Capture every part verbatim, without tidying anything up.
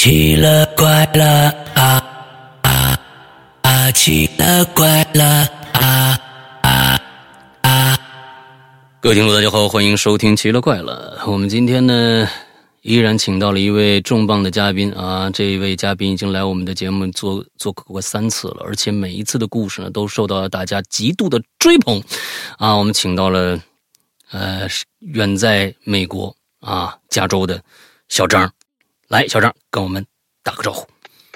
奇了怪了啊啊啊！奇了怪了啊啊啊！各位听众大家好，欢迎收听《奇了怪了》。我们今天呢，依然请到了一位重磅的嘉宾啊！这一位嘉宾已经来我们的节目做做客过三次了，而且每一次的故事呢，都受到大家极度的追捧啊！我们请到了呃远在美国啊加州的小张。来，小张跟我们打个招呼。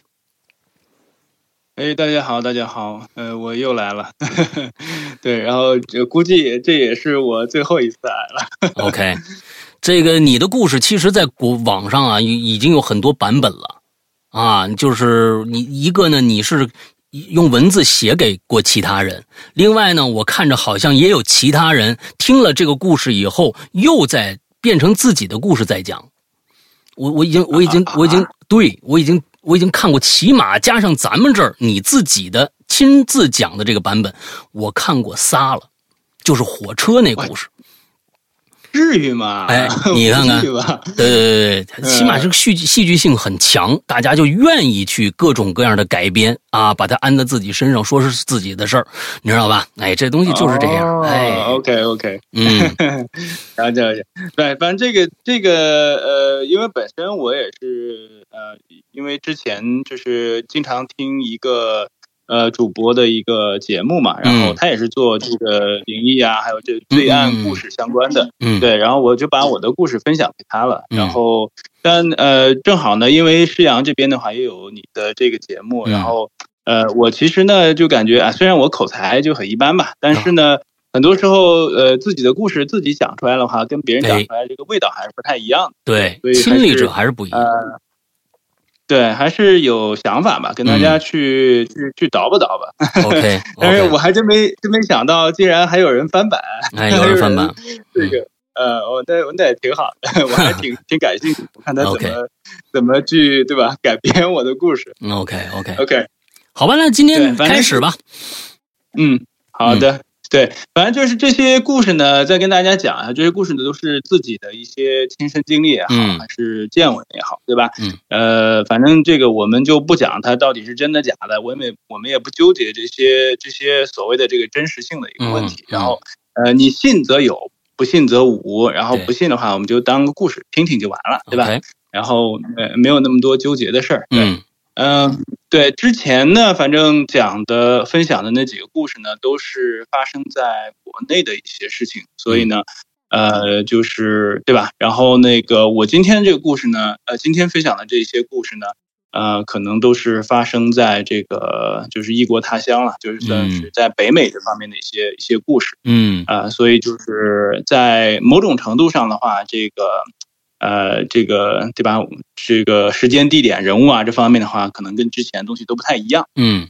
哎，大家好，大家好，呃，我又来了，对，然后估计这也是我最后一次来了。 OK， 这个你的故事其实在国网上啊已经有很多版本了啊，就是你一个呢，你是用文字写给过其他人，另外呢，我看着好像也有其他人听了这个故事以后，又在变成自己的故事在讲。我我已经我已经我已经对我已经我已经看过，起码加上咱们这儿你自己的亲自讲的这个版本，我看过仨了，就是火车那故事。 至于吗？ 哎，你看看，对对对，起码这个戏剧戏剧性很强，大家就愿意去各种各样的改编啊，把它安在自己身上，说是自己的事儿，你知道吧？哎，这东西就是这样。 哦、 哎 ，OK OK， 嗯， 了解了解。对，反正这个这个呃，因为本身我也是呃，因为之前就是经常听一个。呃，主播的一个节目嘛，然后他也是做这个灵异啊，还有这个罪案故事相关的， 嗯， 对，然后我就把我的故事分享给他了，嗯、然后但呃，正好呢，因为施阳这边的话也有你的这个节目， 嗯、 然后呃，我其实呢就感觉啊，虽然我口才就很一般吧，但是呢，哦、很多时候呃自己的故事自己讲出来的话，跟别人讲出来这个味道还是不太一样的， 对， 所以亲历者还是不一样。 呃对，还是有想法吧，跟大家去、嗯、去去叨吧叨吧。 OK， 但是我还真没真没想到，竟然还有人翻版。 哎，有人翻版， 这个、嗯、呃，我那我那也挺好的，我还挺挺感兴趣，我看他怎么、okay. 怎么去对吧改编我的故事。 OK OK OK， 好吧，那今天开始吧。 嗯，好的。嗯对，反正就是这些故事呢，再跟大家讲啊，这些故事呢都是自己的一些亲身经历也好， 嗯、 还是见闻也好，对吧？ 嗯， 呃，反正这个我们就不讲它到底是真的假的，我们也我们也不纠结这些这些所谓的这个真实性的一个问题。 嗯、 然后，呃，你信则有，不信则无。然后不信的话，我们就当个故事听听就完了，对吧？ okay. 然后呃，没有那么多纠结的事儿。 嗯。 嗯、呃，对，之前呢，反正讲的、分享的那几个故事呢，都是发生在国内的一些事情，所以呢，呃，就是对吧？然后那个我今天这个故事呢，呃，今天分享的这些故事呢，呃，可能都是发生在这个就是异国他乡了，就是算是在北美这方面的一些、嗯、一些故事， 嗯， 啊、呃，所以就是在某种程度上的话，这个。呃，这个对吧？这个时间、地点、人物啊，这方面的话，可能跟之前的东西都不太一样。 嗯，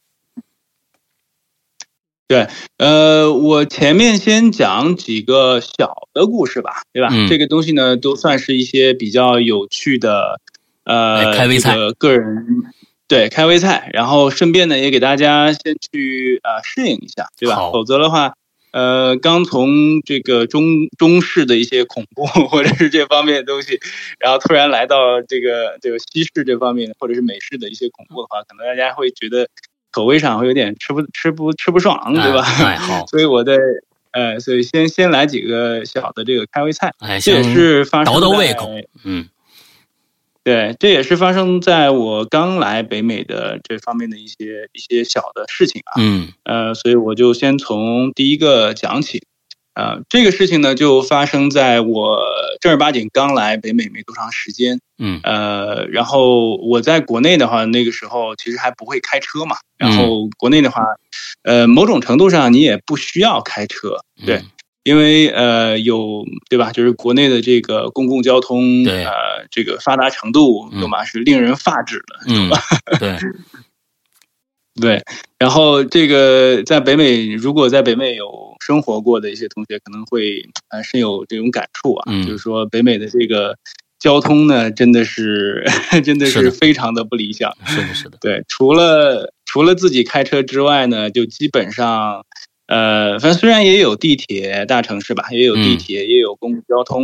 对，呃，我前面先讲几个小的故事吧，对吧？ 嗯、 这个东西呢，都算是一些比较有趣的，呃， 开胃菜， 这个个人对开胃菜，然后顺便呢，也给大家先去呃适应一下，对吧？否则的话。呃，刚从这个中中式的一些恐怖或者是这方面的东西，然后突然来到这个这个西式这方面或者是美式的一些恐怖的话，可能大家会觉得口味上会有点吃不吃不吃不爽，对吧？ 哎，好， 所以我的呃，所以先先来几个小的这个开胃菜， 哎， 这也是发生倒倒胃口，嗯。 对，这也是发生在我刚来北美的这方面的一些一些小的事情啊。 嗯， 呃，所以我就先从第一个讲起。呃，这个事情呢，就发生在我正儿八经刚来北美没多长时间。 嗯， 呃，然后我在国内的话，那个时候其实还不会开车嘛。然后国内的话，呃，某种程度上你也不需要开车，对。嗯，因为呃有对吧，就是国内的这个公共交通呃这个发达程度，对吧，是令人发指的， 嗯， 对吧？ 对， 对。然后这个在北美，如果在北美有生活过的一些同学，可能会呃深有这种感触啊， 嗯、 就是说北美的这个交通呢，真的是真的是非常的不理想。 是的，是的。 对，除了除了自己开车之外呢，就基本上。呃，反正虽然也有地铁，大城市吧，也有地铁，嗯、也有公共交通，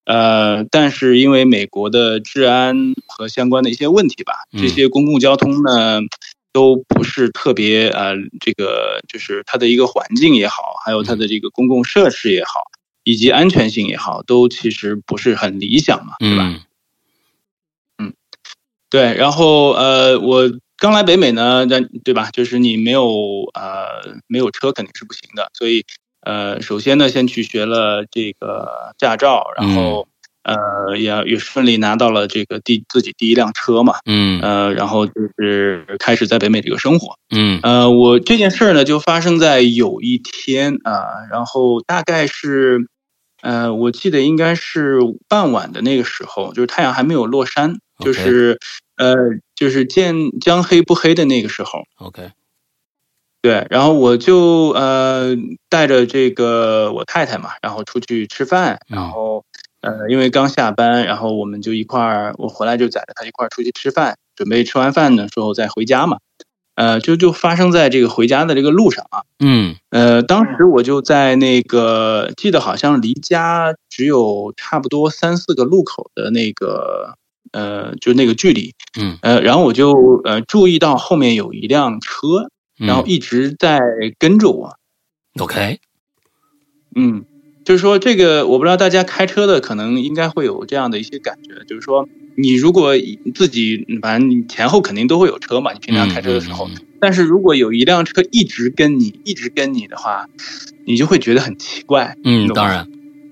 呃，但是因为美国的治安和相关的一些问题吧，这些公共交通呢都不是特别呃，这个就是它的一个环境也好，还有它的这个公共设施也好，以及安全性也好，都其实不是很理想嘛，对吧？嗯，嗯对。然后呃，我刚来北美呢，对吧？就是你没有呃没有车肯定是不行的，所以。呃，首先呢，先去学了这个驾照，然后、嗯、呃也也顺利拿到了这个第自己第一辆车嘛， 嗯， 呃，然后就是开始在北美这个生活， 嗯， 呃，我这件事呢就发生在有一天啊、呃，然后大概是呃，我记得应该是傍晚的那个时候，就是太阳还没有落山， okay. 就是呃，就是见将黑不黑的那个时候 ，OK。 对，然后我就呃带着这个我太太嘛，然后出去吃饭，然后呃因为刚下班，然后我们就一块儿，我回来就载着她一块儿出去吃饭，准备吃完饭的时候再回家嘛，呃就就发生在这个回家的这个路上啊， 嗯， 呃当时我就在那个记得好像离家只有差不多三四个路口的那个呃就那个距离， 嗯， 呃然后我就呃注意到后面有一辆车。然后一直在跟着我 ，OK， 嗯，就是说这个我不知道大家开车的可能应该会有这样的一些感觉，就是说你如果自己反正你前后肯定都会有车嘛，你平常开车的时候， 嗯嗯嗯、 但是如果有一辆车一直跟你一直跟你的话，你就会觉得很奇怪。 嗯，当然，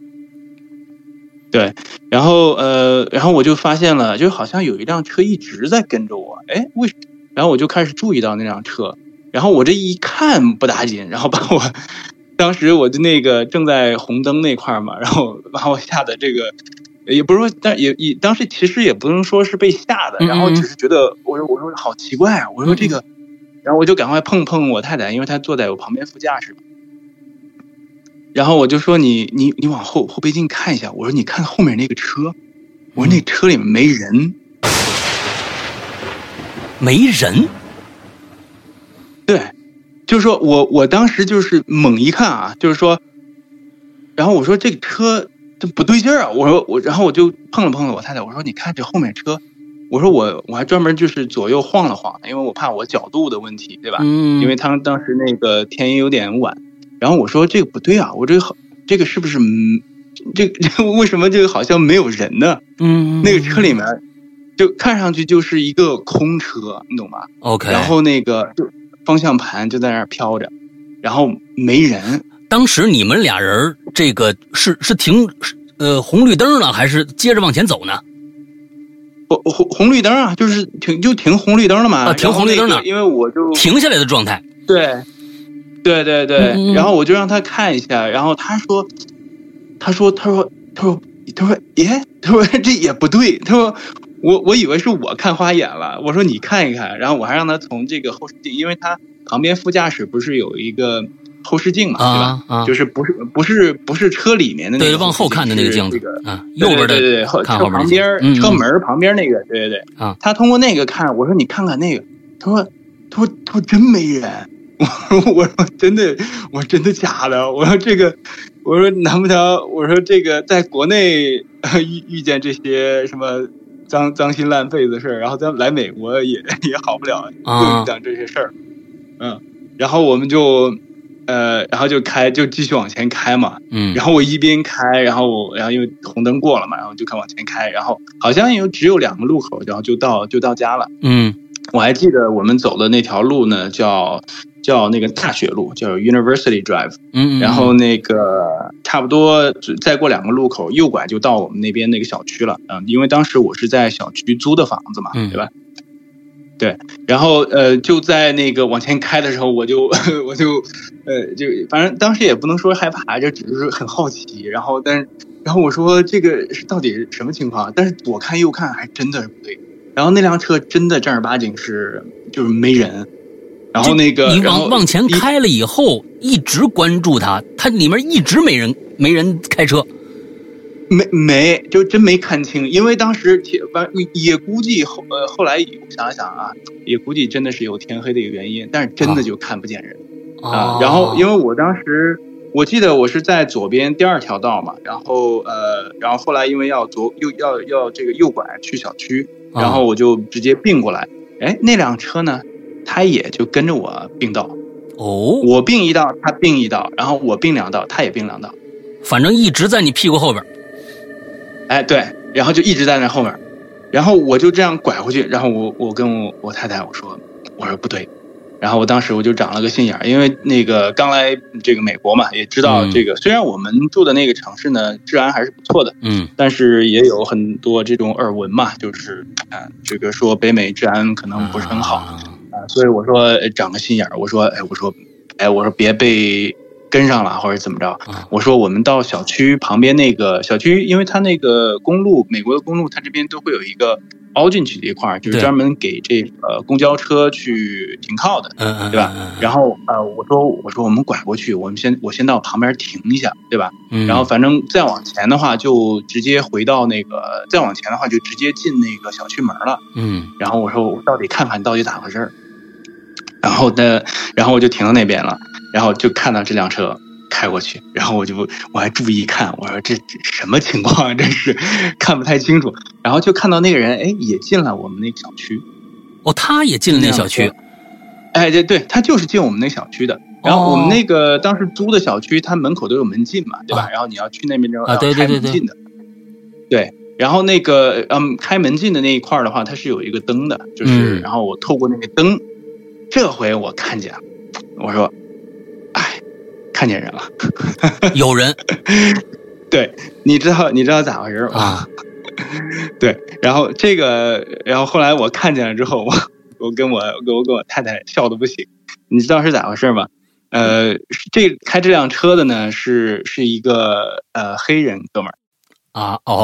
对，然后呃，然后我就发现了，就好像有一辆车一直在跟着我，哎，为什么？然后我就开始注意到那辆车。然后我这一看不打紧，然后把我当时我就那个正在红灯那块嘛，然后把我吓得这个也不是说，但也也当时其实也不能说是被吓的，然后只是觉得我说我说好奇怪啊，我说这个，然后我就赶快碰碰我太太，因为她坐在我旁边副驾驶，然后我就说你你你往后后备镜看一下，我说你看后面那个车，我说那车里面没人， 没人。 对，就是说我我当时就是猛一看啊，就是说，然后我说这个车这不对劲儿啊，我说我，然后我就碰了碰了我太太，我说你看这后面车，我说我我还专门就是左右晃了晃，因为我怕我角度的问题，对吧？ 嗯， 因为他当时那个天也有点晚，然后我说这个不对啊，我这个这个是不是这这为什么这个好像没有人呢？ 嗯， 那个车里面就看上去就是一个空车，你懂吗 ？OK， 然后那个就。方向盘就在那儿飘着，然后没人。 当时你们俩人这个是是停呃红绿灯了，还是接着往前走呢？ 红红红绿灯啊，就是停就停红绿灯了嘛。 啊，停红绿灯呢、 那個，因为我就停下来的状态。 对，对对对、 嗯。 然后我就让他看一下，然后他说，他说，他说，他说，他说，耶，他说这也不对，他说。我我以为是我看花眼了，我说你看一看，然后我还让他从这个后视镜，因为他旁边副驾驶不是有一个后视镜嘛， 啊、 对吧？ 啊， 就是不是不是不是车里面的那个， 对，往后看的那个镜子， 这个啊，右边的， 对对对， 看车旁边、 嗯、 车门旁边那个，对对对， 啊， 他通过那个看，我说你看看那个，他说他说他说真没人，我说我说真的，我说真的假的？我说这个，我说难不成我说这个在国内遇遇见这些什么？脏脏心烂肺的事儿，然后咱来美国也也好不了，就遇到这些事儿，嗯，然后我们就，呃，然后就开就继续往前开嘛， 嗯， 然后我一边开，然后我然后因为红灯过了嘛，然后就开往前开，然后好像有只有两个路口，然后就到就到家了， 嗯， 我还记得我们走的那条路呢，叫叫那个大学路，叫 University Drive， 嗯， 然后那个差不多再过两个路口右拐就到我们那边那个小区了，嗯，因为当时我是在小区租的房子嘛， 嗯、 对吧？对，然后呃就在那个往前开的时候，我就我就呃就反正当时也不能说害怕，就只是很好奇，然后但是然后我说这个是到底是什么情况？但是左看右看还真的是不对，然后那辆车真的正儿八经是就是没人。然后那个你往往前开了以后，一直关注它，它里面一直没人，没人开车， 没没就真没看清，因为当时也估计后呃后来想想啊，也估计真的是有天黑的一个原因，但是真的就看不见人、 哦、 啊。然后因为我当时我记得我是在左边第二条道嘛，然后呃，然后后来因为要左右要要这个右拐去小区，然后我就直接并过来，哎，那辆车呢，他也就跟着我并道。 哦， 我并一道，他并一道，然后我并两道，他也并两道， 反正一直在你屁股后边。 哎，对，然后就一直在那后面，然后我就这样拐回去，然后我我跟我我太太我说我说不对。然后我当时我就长了个心眼儿，因为那个刚来这个美国嘛，也知道这个、嗯、虽然我们住的那个城市呢治安还是不错的， 嗯， 但是也有很多这种耳闻嘛，就是啊、呃、这个说北美治安可能不是很好啊、呃，所以我说长个心眼儿，我说哎我说哎我说别被跟上了或者怎么着，我说我们到小区旁边那个小区，因为它那个公路美国的公路它这边都会有一个凹进去的一块，就是专门给这个公交车去停靠的， 嗯， 对吧？然后呃，我说我说我们拐过去，我们先我先到旁边停一下，对吧？ 嗯， 然后反正再往前的话，就直接回到那个再往前的话，就直接进那个小区门了。 嗯， 然后我说我到底看看到底咋回事，然后呢，然后我就停到那边了，然后就看到这辆车开过去，然后我就我还注意看，我说这这什么情况啊？真是看不太清楚。然后就看到那个人，哎，也进了我们那个小区。 哦，他也进了那个小区。 哎，对对，他就是进我们那个小区的。然后我们那个当时租的小区，它门口都有门禁嘛，对吧？ 啊、 然后你要去那边之后要开门禁的。 对, 对, 对, 对，然后那个嗯，开门禁的那一块的话，它是有一个灯的，就是、嗯、然后我透过那个灯，这回我看见了，我说，哎。看见人了， 有人， 对，你知道你知道咋回事吗？ 啊， 对，然后这个，然后后来我看见了之后，我我跟我我跟我太太笑得不行，你知道是咋回事吗？呃，这开这辆车的呢是是一个呃黑人哥们儿啊，哦。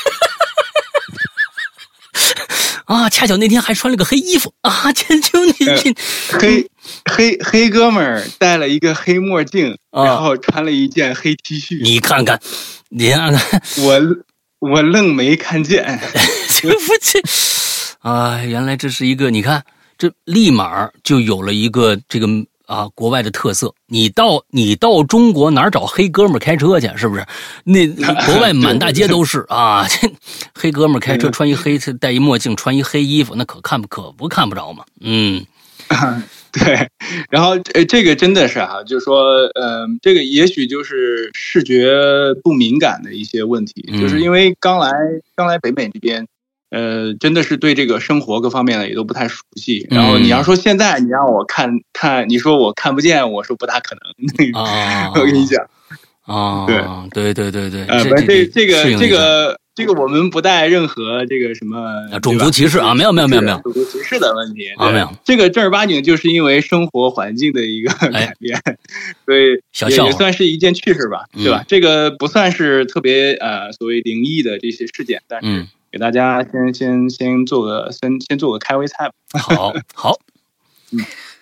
啊，恰巧那天还穿了个黑衣服啊！这就你这、 呃、黑黑黑哥们儿戴了一个黑墨镜， 啊、 然后穿了一件黑 T 恤。 你看看，你看看， 我我愣没看见， 这不这啊！原来这是一个，你看这立马就有了一个这个啊国外的特色。你到你到中国哪儿找黑哥们儿开车去？是不是？那国外满大街都是啊，这黑哥们儿开车穿一黑戴一墨镜，穿一黑衣服，那可看不可不看不着嘛。嗯， 对。然后呃，这个真的是啊，就是说，呃，这个也许就是视觉不敏感的一些问题， 嗯、 就是因为刚来刚来北美这边。呃，真的是对这个生活各方面的也都不太熟悉。然后你要说现在你让我看看，你说我看不见，我说不大可能。 啊， 我跟你讲， 啊，对对对对对， 呃，不，这这个这个这个我们不带任何这个什么种族歧视啊，没有没有没有没有种族歧视的问题啊，没有。 这个正儿八经就是因为生活环境的一个改变， 哎、 所以小笑也算是一件趣事吧， 嗯、 对吧？这个不算是特别呃所谓灵异的这些事件，但是。 嗯给大家先先先做个先先做个开胃菜吧。 好，好， 嗯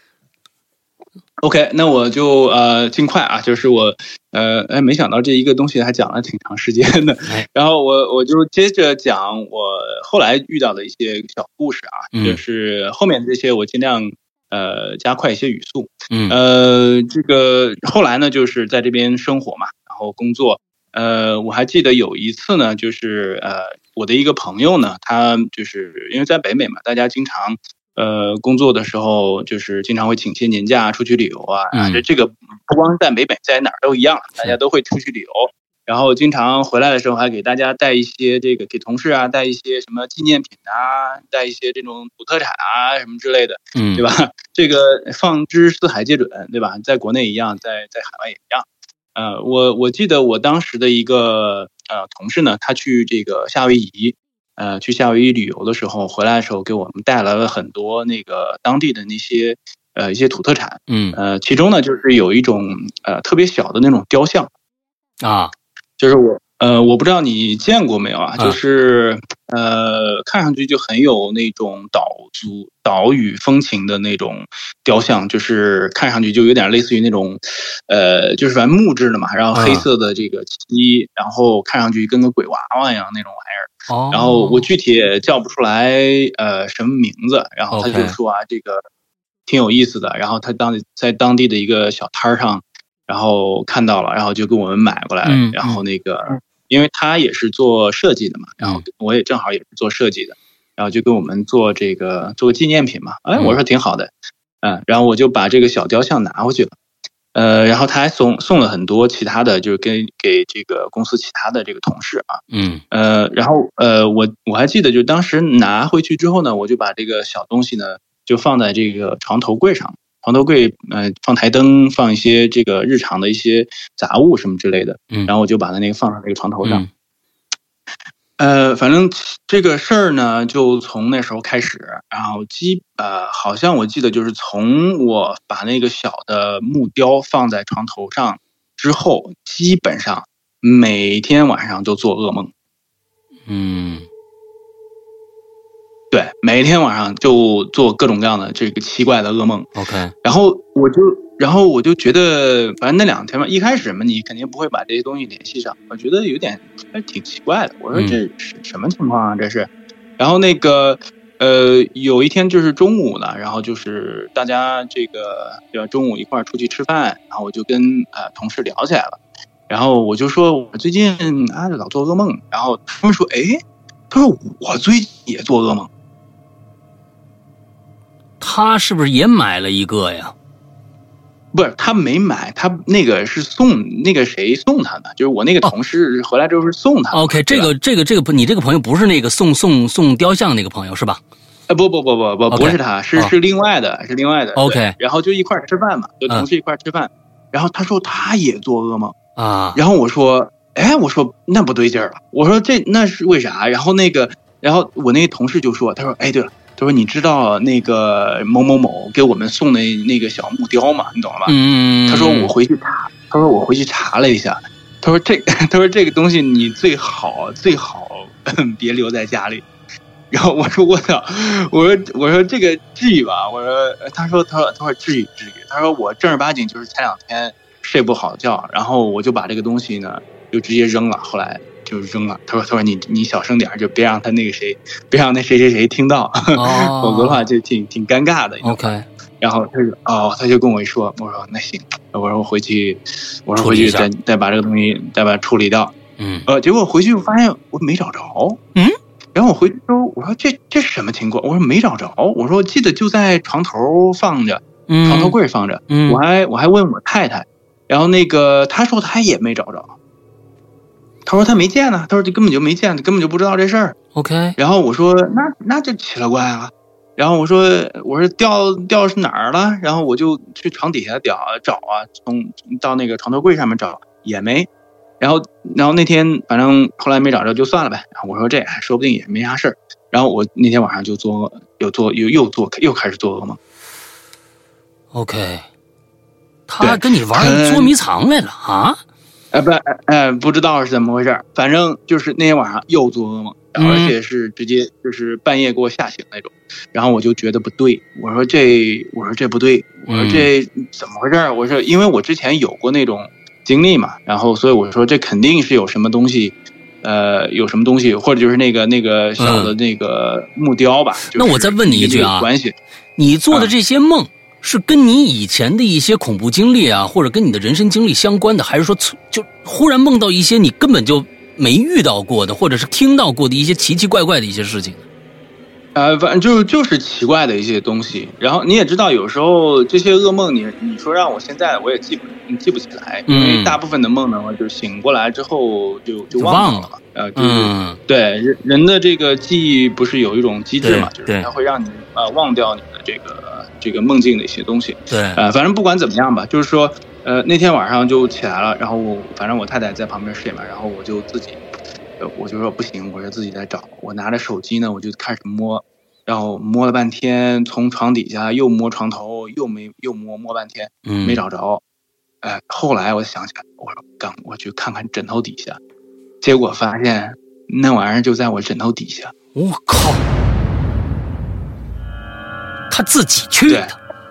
，OK， 那我就呃尽快啊，就是我呃哎没想到这一个东西还讲了挺长时间的， 哎、 然后我我就接着讲我后来遇到的一些小故事啊， 嗯、 就是后面这些我尽量呃加快一些语速， 嗯， 呃这个后来呢就是在这边生活嘛，然后工作。呃，我还记得有一次呢，就是呃，我的一个朋友呢，他就是因为在北美嘛，大家经常呃工作的时候，就是经常会请些年假出去旅游啊。啊，这这个不光在北美，在哪儿都一样，大家都会出去旅游。然后经常回来的时候，还给大家带一些这个给同事啊带一些什么纪念品啊，带一些这种土特产啊什么之类的， 嗯， 对吧？这个放之四海皆准，对吧？在国内一样，在在海外也一样。呃，我我记得我当时的一个呃同事呢，他去这个夏威夷，呃，去夏威夷旅游的时候，回来的时候给我们带来了很多那个当地的那些呃一些土特产， 嗯， 呃，其中呢就是有一种呃特别小的那种雕像， 啊， 就是我呃我不知道你见过没有啊，就是呃看上去就很有那种岛族岛屿风情的那种雕像，就是看上去就有点类似于那种呃就是反正木质的嘛，然后黑色的这个漆，然后看上去跟个鬼娃娃一样那种玩意儿。 哦， 然后我具体也叫不出来呃什么名字，然后他就说啊这个挺有意思的，然后他当在当地的一个小摊上。 然后看到了，然后就给我们买过来， 嗯、 然后那个因为他也是做设计的嘛，然后我也正好也是做设计的，然后就给我们做这个做个纪念品嘛，哎，我说挺好的，嗯、呃，然后我就把这个小雕像拿回去了。呃，然后他还送送了很多其他的，就是给给这个公司其他的这个同事啊， 嗯， 呃，然后呃，我我还记得，就当时拿回去之后呢，我就把这个小东西呢，就放在这个床头柜上，床头柜呃放台灯，放一些这个日常的一些杂物什么之类的， 嗯， 然后我就把它那个放在这个床头上。 嗯呃，反正这个事儿呢，就从那时候开始，然后基呃，好像我记得就是从我把那个小的木雕放在床头上之后，基本上每天晚上都做噩梦。 嗯， 对，每天晚上就做各种各样的这个奇怪的噩梦。 OK， 然后我就，然后我就觉得，反正那两天嘛，一开始嘛，你肯定不会把这些东西联系上，我觉得有点还挺奇怪的。我说这是什么情况啊？这是。然后那个，呃，有一天就是中午了，然后就是大家这个，对吧？中午一块儿出去吃饭，然后我就跟呃同事聊起来了。然后我就说，我最近啊老做噩梦。然后他们说，哎，他说我最近也做噩梦。 他是不是也买了一个呀？ 不是，他没买，他那个是送那个谁送他的，就是我那个同事回来之后是送他的。 哦、OK， 这个这个这个，你这个朋友不是那个送送送雕像那个朋友是吧？ 呃，不不不不不， okay, 不是他，是、哦、是另外的，是另外的。 OK， 然后就一块吃饭嘛，就同事一块吃饭、嗯。然后他说他也做噩梦啊， 然后我说，哎，我说那不对劲儿了，我说这那是为啥？然后那个，然后我那个同事就说，他说，哎，对了。他说：“你知道那个某某某给我们送的那个小木雕吗？你懂了吧？” 嗯。 他说：“我回去查。”他说：“我回去查了一下。”他说：“这，他说这个东西你最好最好别留在家里。”然后我说：“我操！”我说：“我说这个至于吧？”我说：“他说他说他说至于至于。”他说：“我正儿八经就是前两天睡不好觉，然后我就把这个东西呢就直接扔了。后来。”就扔了。他说：“他说你你小声点，就别让他那个谁，别让那谁谁谁听到， 哦、 否则的话就挺挺尴尬的。” OK。 然后他就哦，他就跟我一说，我说那行，我说我回去，我说回去再再把这个东西再把它处理掉。 嗯。 呃，结果回去发现我没找着。 嗯。 然后我回去之后，我说这这是什么情况？我说没找着。我说我记得就在床头放着， 嗯、 床头柜放着。 嗯。 我还我还问我太太，然后那个她说她也没找着。他说他没见呢，他说这根本就没见，根本就不知道这事儿。 OK， 然后我说那那就奇了怪了。然后我说我说掉掉是哪儿了？然后我就去床底下找找啊，从到那个床头柜上面找也没。然后然后那天反正后来没找着就算了呗。然后我说这说不定也没啥事儿。然后我那天晚上就做又做又又做又开始做噩梦。 OK， 他跟你玩捉迷藏来了啊？ 呃不呃不知道是怎么回事，反正就是那天晚上又做噩梦，而且是直接就是半夜给我吓醒那种。然后我就觉得不对，我说这我说这不对，我说这怎么回事？我说因为我之前有过那种经历嘛，然后所以我说这肯定是有什么东西，呃有什么东西，或者就是那个那个小的那个木雕吧。 嗯就是、那我再问你一句啊， 关系， 你做的这些梦。嗯是跟你以前的一些恐怖经历啊，或者跟你的人生经历相关的，还是说就忽然梦到一些你根本就没遇到过的，或者是听到过的一些奇奇怪怪的一些事情？ 呃，反正就就是奇怪的一些东西。然后你也知道，有时候这些噩梦你，你你说让我现在我也记不记不起来，因为大部分的梦呢，我就醒过来之后就就忘了。呃，就是、 嗯、 对人人的这个记忆不是有一种机制嘛，就是它会让你呃忘掉你的这个。这个梦境的一些东西， 对， 呃，反正不管怎么样吧，就是说，呃，那天晚上就起来了，然后我反正我太太在旁边睡嘛，然后我就自己，呃，我就说不行，我就自己在找，我拿着手机呢，我就开始摸，然后摸了半天，从床底下又摸床头，又没又摸摸半天， 嗯， 没找着，哎、呃，后来我想起来，我说刚我去看看枕头底下，结果发现那玩意儿就在我枕头底下， 我靠！他自己去的，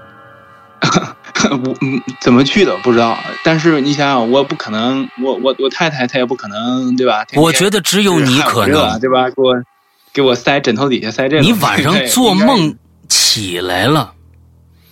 我嗯怎么去的不知道，但是你想想，我不可能，我我我太太她也不可能，对吧？天天我觉得只有你可能， 对吧？给我给我塞枕头底下塞这个。 你晚上做梦起来了，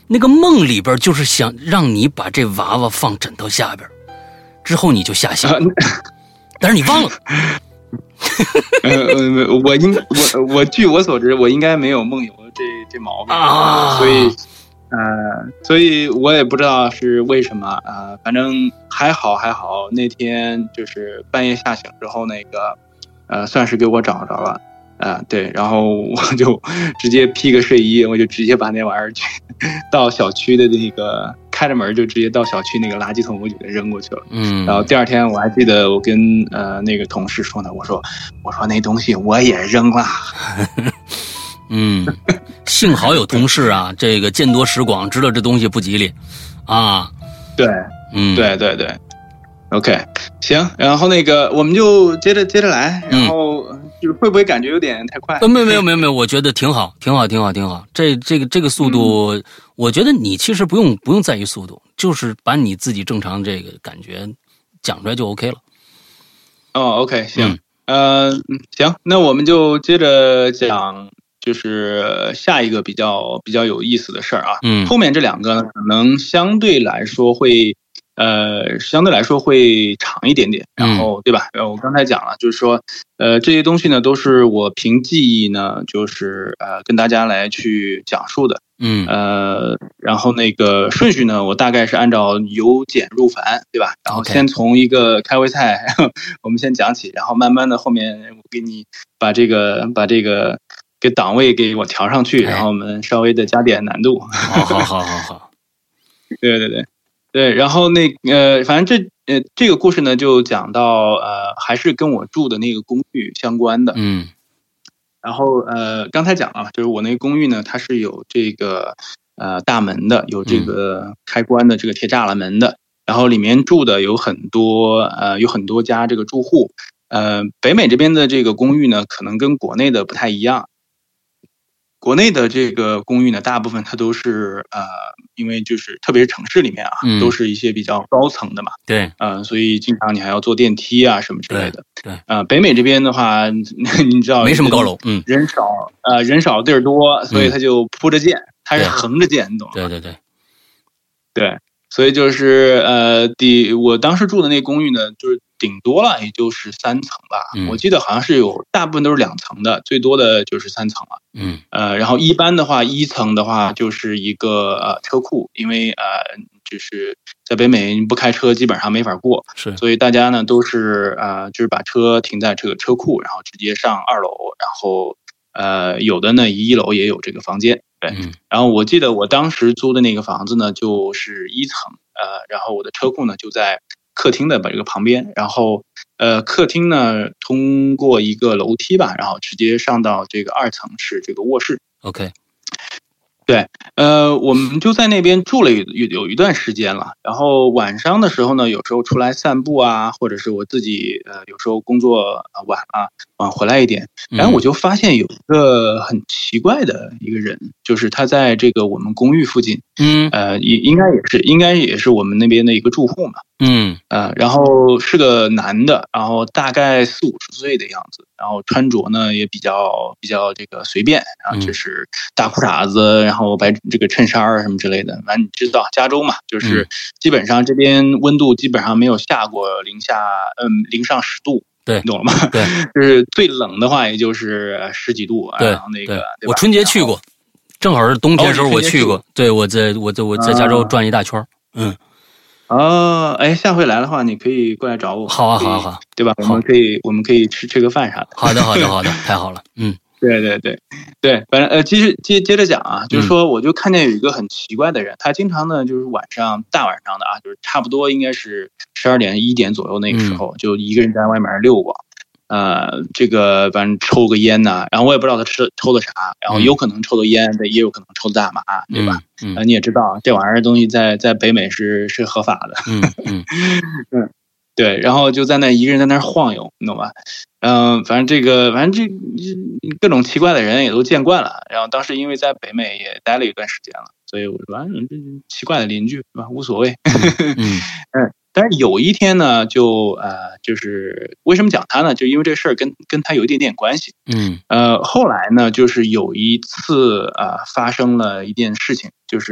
那个梦里边就是想让你把这娃娃放枕头下边，之后你就吓醒了，啊、但是你忘了。 呃呃，我应我我据我所知，我应该没有梦游这这毛病啊， 所以呃，所以我也不知道是为什么啊、呃，反正还好还好，那天就是半夜吓醒之后，那个呃，算是给我找着了。啊、呃，对，然后我就直接披个睡衣，我就直接把那玩意儿去到小区的那个开着门就直接到小区那个垃圾桶，我就给它扔过去了。 嗯， 然后第二天我还记得我跟呃那个同事说呢，我说我说那东西我也扔了。 嗯，幸好有同事啊，这个见多识广，知道这东西不吉利啊。 对， 嗯， 对对对。OK， 行，然后那个我们就接着接着来，然后就是会不会感觉有点太快？ 呃，没有没有没有没有，我觉得挺好，挺好，挺好，挺好。这这个这个速度，嗯、我觉得你其实不用不用在意速度，就是把你自己正常这个感觉讲出来就 OK 了。 哦 ，OK， 行，嗯、呃，行，那我们就接着讲，就是下一个比较比较有意思的事儿啊。 嗯， 后面这两个呢，可能相对来说会。呃，相对来说会长一点点，然后、嗯、对吧？呃，我刚才讲了，就是说，呃，这些东西呢都是我凭记忆呢，就是呃跟大家来去讲述的， 嗯， 呃，然后那个顺序呢，我大概是按照由简入繁，对吧？然后先从一个开胃菜， okay. 我们先讲起，然后慢慢的后面我给你把这个把这个给档位给我调上去， 哎、 然后我们稍微的加点难度。 好好好好好， 对对对。对，然后那呃，反正这呃这个故事呢，就讲到呃，还是跟我住的那个公寓相关的。 嗯， 然后呃，刚才讲了，就是我那个公寓呢，它是有这个呃大门的，有这个开关的这个铁栅栏门的。嗯、然后里面住的有很多呃有很多家这个住户。呃，北美这边的这个公寓呢，可能跟国内的不太一样。国内的这个公寓呢，大部分它都是呃，因为就是特别是城市里面啊， 嗯、 都是一些比较高层的嘛， 对， 呃，所以经常你还要坐电梯啊什么之类的。 对，对呃，北美这边的话，你知道没什么高楼，嗯， 人少，呃，人少地儿多，所以它就铺着建，它是横着建，你懂吗？ 对对对， 对，所以就是呃，第我当时住的那个公寓呢，就是顶多了也就是三层吧， 嗯、 我记得好像是有大部分都是两层的，最多的就是三层了。 嗯， 呃，然后一般的话，一层的话就是一个呃车库，因为呃就是在北美不开车基本上没法过， 是， 所以大家呢都是呃就是把车停在这个车库，然后直接上二楼，然后呃有的呢一楼也有这个房间。对， 嗯， 然后我记得我当时租的那个房子呢，就是一层，呃，然后我的车库呢就在客厅的这个旁边，然后呃，客厅呢通过一个楼梯吧，然后直接上到这个二层是这个卧室。 OK， 对，呃，我们就在那边住了有有一段时间了。然后晚上的时候呢，有时候出来散步啊，或者是我自己呃，有时候工作晚了，晚回来一点，然后我就发现有一个很奇怪的一个人，嗯、就是他在这个我们公寓附近， 嗯， 呃，也应该也是应该也是我们那边的一个住户嘛， 嗯， 呃，然后是个男的，然后大概四五十岁的样子，然后穿着呢也比较比较这个随便，然后就是大裤衩子，然后。然后白这个衬衫啊什么之类的，反正你知道加州嘛，就是基本上这边温度基本上没有下过零下，嗯，零上十度， 对， 你懂了吗？ 对， 就是最冷的话也就是十几度， 对， 然后那个对我春节去过，正好是冬天时候我去过，哦、对我在我在我在加州转一大圈，嗯。 哦，哎，下回来的话，你可以过来找我。 好啊，好啊，好， 对吧？我们可以我们可以吃吃个饭啥的。 好的，好的，好的，太好了，嗯。 对对对，对，反正呃，继续接接着讲啊，就是说，我就看见有一个很奇怪的人，嗯、他经常呢就是晚上大晚上的啊，就是差不多应该是十二点一点左右那个时候，嗯、就一个人在外面溜过，呃，这个反正抽个烟呐、啊，然后我也不知道他吃抽的啥，然后有可能抽的烟，嗯、也有可能抽的大麻，对吧？ 嗯， 呃，你也知道这玩意儿东西在在北美是是合法的， 嗯嗯嗯。对，然后就在那一个人在那儿晃悠，你懂吧？嗯、呃，反正这个，反正这各种奇怪的人也都见惯了。然后当时因为在北美也待了一段时间了，所以我说，嗯，这奇怪的邻居，是吧？无所谓。 嗯嗯，但是有一天呢，就呃，就是为什么讲他呢？就因为这事儿跟跟他有一点点关系。 嗯， 呃，后来呢，就是有一次呃，发生了一件事情，就是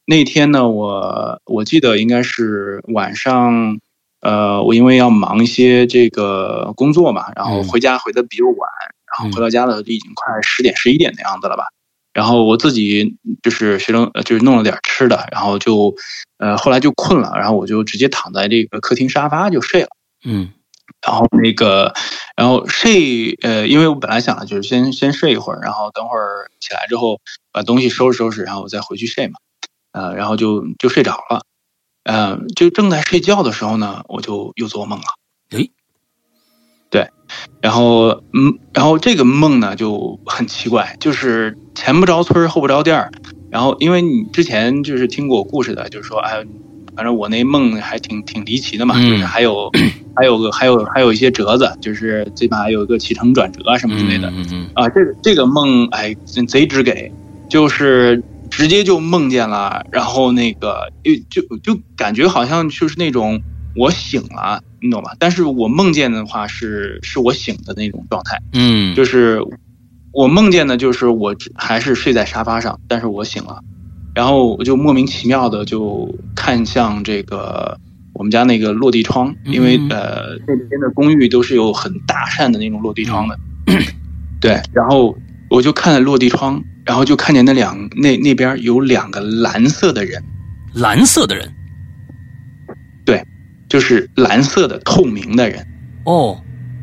那天呢，我我记得应该是晚上，呃，我因为要忙一些这个工作嘛，然后回家回的比较晚，然后回到家的已经快十点十一点的样子了吧。然后我自己就是学生，就是弄了点吃的，然后就，呃，后来就困了，然后我就直接躺在这个客厅沙发就睡了。 嗯。 然后那个，然后睡，呃，因为我本来想的就是先先睡一会儿，然后等会儿起来之后把东西收拾收拾，然后我再回去睡嘛，呃，然后就就睡着了，呃，就正在睡觉的时候呢，我就又做梦了。 诶， 对，然后嗯，然后这个梦呢就很奇怪，就是前不着村后不着店，然后因为你之前就是听过我故事的，就是说哎。反正我那梦还挺挺离奇的嘛，嗯、就是还有还有个还有还有一些折子，就是最起码还有一个起承转折什么之类的。 嗯嗯啊，这个这个梦哎贼直给，就是直接就梦见了，然后那个就就就感觉好像就是那种我醒了，你懂吧？但是我梦见的话是是我醒的那种状态， 嗯， 就是我梦见的就是我还是睡在沙发上，但是我醒了。然后我就莫名其妙的就看向这个我们家那个落地窗，因为呃那边的公寓都是有很大扇的那种落地窗的，对，然后我就看了落地窗，然后就看见那两那那边有两个蓝色的人， 蓝色的人， 对，就是蓝色的透明的人， 哦，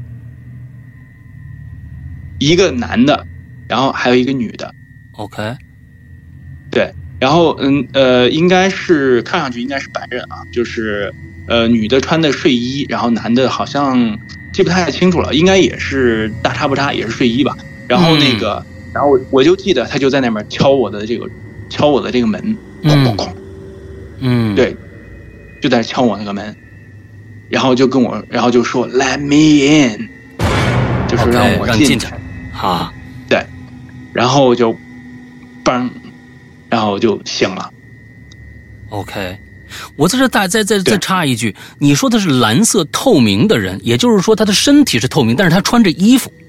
一个男的，然后还有一个女的 ，OK， 对。然后嗯呃，应该是看上去应该是白人啊，就是呃女的穿的睡衣，然后男的好像记不太清楚了，应该也是大差不差，也是睡衣吧。然后那个，嗯、然后我就记得他就在那边敲我的这个敲我的这个门，哐哐哐， 嗯， 对，就在敲我那个门，然后就跟我，然后就说 Let me in， 就是让我进去啊， 对，然后就嘣。然后就醒了。 OK， 我在这再再再再插一句，你说的是蓝色透明的人，也就是说他的身体是透明，但是他穿着衣服。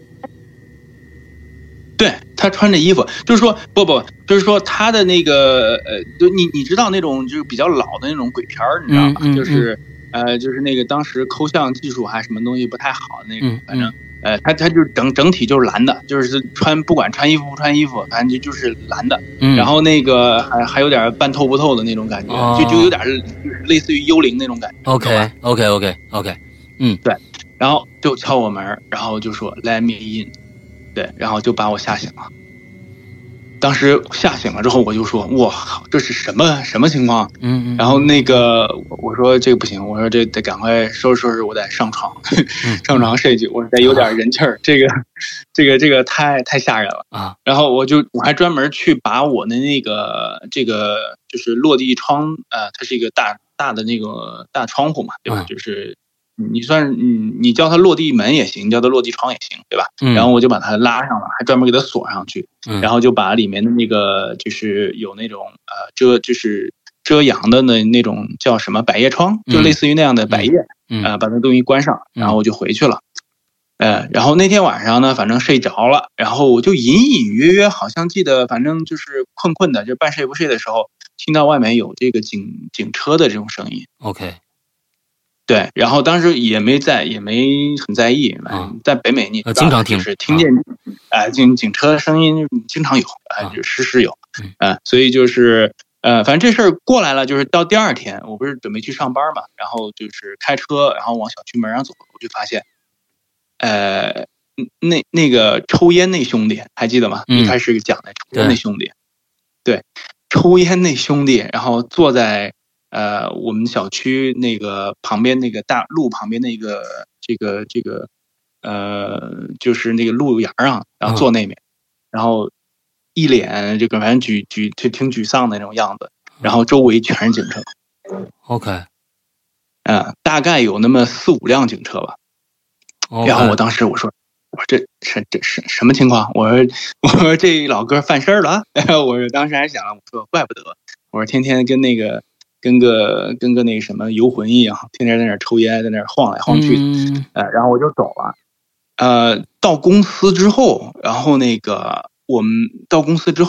对，他穿着衣服，就是说不不，就是说他的那个呃，就你你知道那种就是比较老的那种鬼片你知道吧？ 嗯嗯、 就是呃，就是那个当时抠像技术还什么东西不太好的那种， 嗯、 反正。呃，他他就是整整体就是蓝的，就是穿不管穿衣服不穿衣服，反正就就是蓝的。 嗯， 然后那个还还有点半透不透的那种感觉， 哦、 就就有点类似于幽灵那种感觉。 OK OK OK OK， 嗯， 对。然后就敲我门，然后就说 Let me in， 对，然后就把我吓醒了。当时吓醒了之后，我就说：“哇，这是什么什么情况？” 嗯嗯。 然后那个我说这个不行，我说这得赶快收拾收拾，我得上床， 嗯、 上床睡去，我说得有点人气儿、啊，这个这个这个太太吓人了啊！ 然后我就我还专门去把我的那个这个就是落地窗，呃，它是一个大大的那个大窗户嘛，对吧？ 嗯、 就是。你算你你叫它落地门也行，你叫它落地窗也行，对吧？ 嗯。 然后我就把它拉上了，还专门给它锁上去， 嗯。 然后就把里面的那个就是有那种呃遮就是遮阳的那那种叫什么百叶窗，就类似于那样的百叶， 嗯。 呃，把那东西关上，然后我就回去了。呃，然后那天晚上呢，反正睡着了，然后我就隐隐约约好像记得，反正就是困困的，就半睡不睡的时候，听到外面有这个警警车的这种声音。 OK。 对，然后当时也没在，也没很在意。嗯，在北美你呃经常听， 就是听见，哎、呃，警警车的声音经常有，哎、呃，就时时有，嗯、呃，所以就是呃，反正这事儿过来了，就是到第二天，我不是准备去上班嘛，然后就是开车，然后往小区门上走，我就发现，呃，那那个抽烟那兄弟还记得吗？ 嗯、 一开始讲的抽烟那兄弟，对，抽烟那兄弟，然后坐在。呃，我们小区那个旁边那个大路旁边那个这个这个呃，就是那个路沿上，然后坐那边，嗯、然后一脸这个反正沮沮就挺沮丧的那种样子，然后周围全是警车。 OK， 嗯、呃，大概有那么四五辆警车吧。 Okay. 然后我当时我说，我说这是这是什么情况？我说我说这老哥犯事儿了。我说当时还想了，我说怪不得，我说天天跟那个。跟个跟个那什么游魂一样，天天在那儿抽烟，在那儿晃来晃去， 嗯、 呃，然后我就走了。呃，到公司之后，然后那个我们到公司之后呢，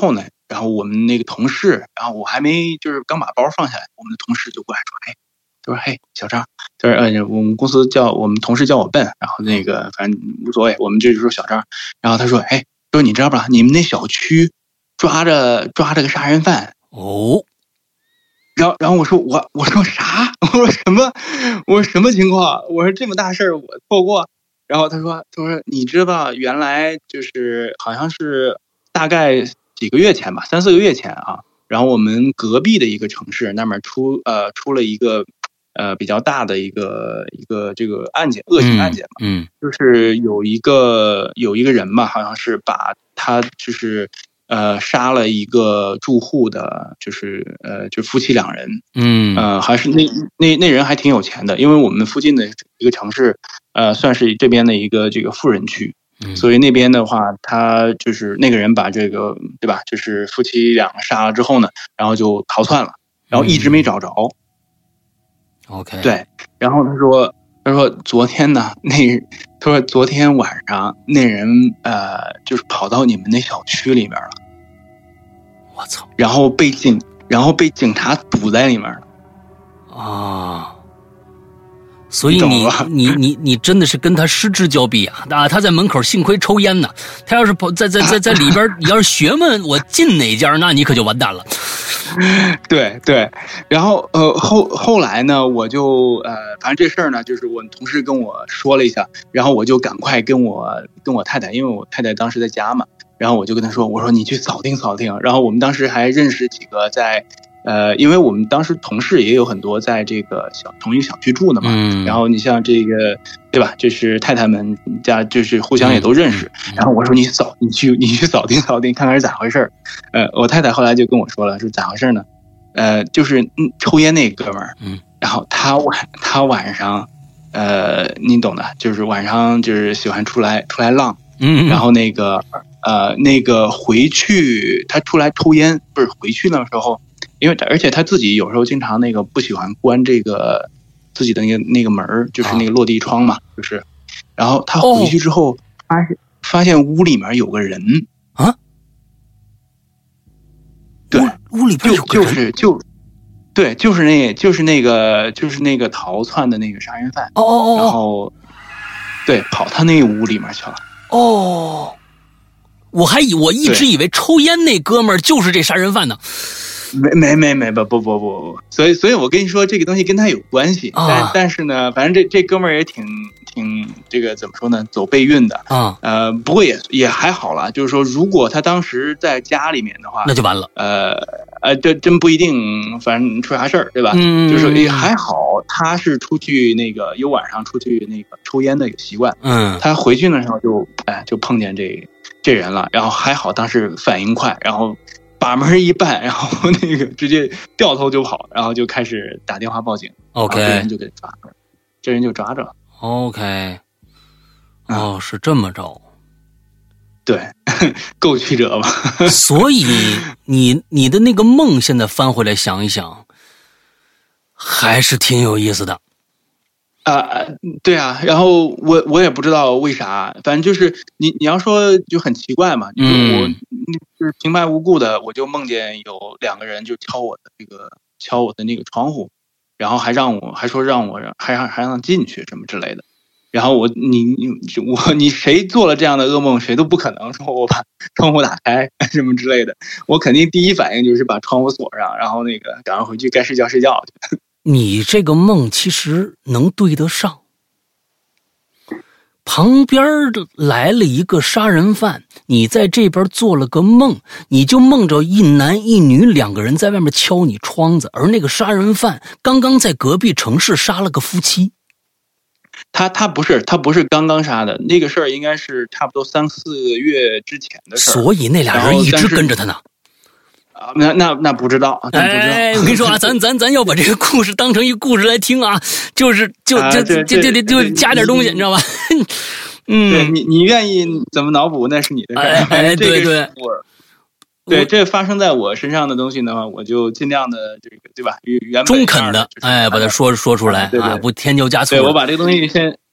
然后我们那个同事，然后我还没就是刚把包放下来，我们的同事就过来说，哎，他说嘿小张，他说呃我们公司叫我们同事叫我笨，然后那个反正无所谓，我们就说小张。然后他说，哎，说你知道吧，你们那小区抓着抓着个杀人犯哦。 然后，然后我说我我说啥？我说什么？我说什么情况？我说这么大事儿我错过。然后他说他说你知道原来就是好像是大概几个月前吧，三四个月前啊。然后我们隔壁的一个城市那边出呃出了一个呃比较大的一个一个这个案件，恶性案件嘛。 嗯，嗯就是有一个有一个人嘛，好像是把他就是。呃，杀了一个住户的，就是呃，就夫妻两人， 嗯， 呃，还是那那那人还挺有钱的，因为我们附近的一个城市，呃，算是这边的一个这个富人区， 嗯、 所以那边的话，他就是那个人把这个对吧，就是夫妻两个杀了之后呢，然后就逃窜了，然后一直没找着。 嗯、OK， 对，然后他说。他说昨天呢，那他说昨天晚上那人呃，就是跑到你们那小区里面了。 我操！ 然后被警，然后被警察堵在里面了。 啊！所以你你你你真的是跟他失之交臂啊！啊，他在门口幸亏抽烟呢，他要是跑在在在在里边，你要是学问我进哪家，那你可就完蛋了。 对对，然后呃后后来呢，我就呃反正这事儿呢，就是我同事跟我说了一下，然后我就赶快跟我跟我太太，因为我太太当时在家嘛，然后我就跟她说，我说你去扫听扫听，然后我们当时还认识几个在呃，因为我们当时同事也有很多在这个小同一个小区住的嘛， 嗯， 然后你像这个对吧，就是太太们家就是互相也都认识， 嗯、 然后我说你扫你去你去扫听扫听看看是咋回事。呃，我太太后来就跟我说了，是咋回事呢？呃，就是嗯，抽烟那哥们儿， 嗯， 然后他晚他晚上，呃，你懂的，就是晚上就是喜欢出来出来浪， 嗯， 然后那个呃那个回去他出来抽烟，不是回去那时候，因为而且他自己有时候经常那个不喜欢关这个自己的那个那个门，就是那个落地窗嘛，啊、就是，然后他回去之后发现、哦、发现屋里面有个人啊。 对， 屋里边有个人， 就是就，对，就是那，就是那个，就是那个逃窜的那个杀人犯。 哦哦哦， 然后，对，跑他那屋里面去了。 哦，我还以我一直以为抽烟那哥们儿就是这杀人犯呢。 没没没没不不不不，所以所以我跟你说这个东西跟他有关系， 啊、 但但是呢，反正这这哥们儿也挺挺这个怎么说呢，走背运的啊。 呃，不过也也还好了，就是说如果他当时在家里面的话， 那就完了。 呃呃，这真不一定，反正出啥事儿，对吧？ 嗯， 就是也还好，他是出去那个有晚上出去那个抽烟的一个习惯， 嗯， 他回去的时候就哎就碰见这这人了，然后还好当时反应快，然后。把门一绊，然后那个直接掉头就跑，然后就开始打电话报警。 OK， 这人就给抓着了，这人就抓着了。 OK， 哦，嗯、是这么着。 对，够曲折吧？ 所以你你的那个梦，现在翻回来想一想，还是挺有意思的。 啊、呃，对啊，然后我我也不知道为啥，反正就是你你要说就很奇怪嘛，就是我、嗯、就是平白无故的，我就梦见有两个人就敲我的这个敲我的那个窗户，然后还让我还说让我还让还让进去什么之类的，然后我你你我你谁做了这样的噩梦，谁都不可能说我把窗户打开什么之类的，我肯定第一反应就是把窗户锁上，然后那个赶快回去该睡觉睡觉去。 你这个梦其实能对得上，旁边来了一个杀人犯，你在这边做了个梦，你就梦着一男一女两个人在外面敲你窗子，而那个杀人犯刚刚在隔壁城市杀了个夫妻。 他他不是他不是刚刚杀的，那个事儿应该是差不多三四个月之前的事儿， 所以那俩人一直跟着他呢。 啊，那那那不知道，那不知道。 哎，我跟你说啊，咱咱咱要把这个故事当成一个故事来听啊，就是就就就就就就加点东西，你知道吧？嗯， 对你你愿意怎么脑补那是你的事儿。 哎哎，对对， 我对这发生在我身上的东西呢，我就尽量的这个对吧？原本中肯的，哎，把它说说出来啊，不添油加醋。 对，我把这个东西先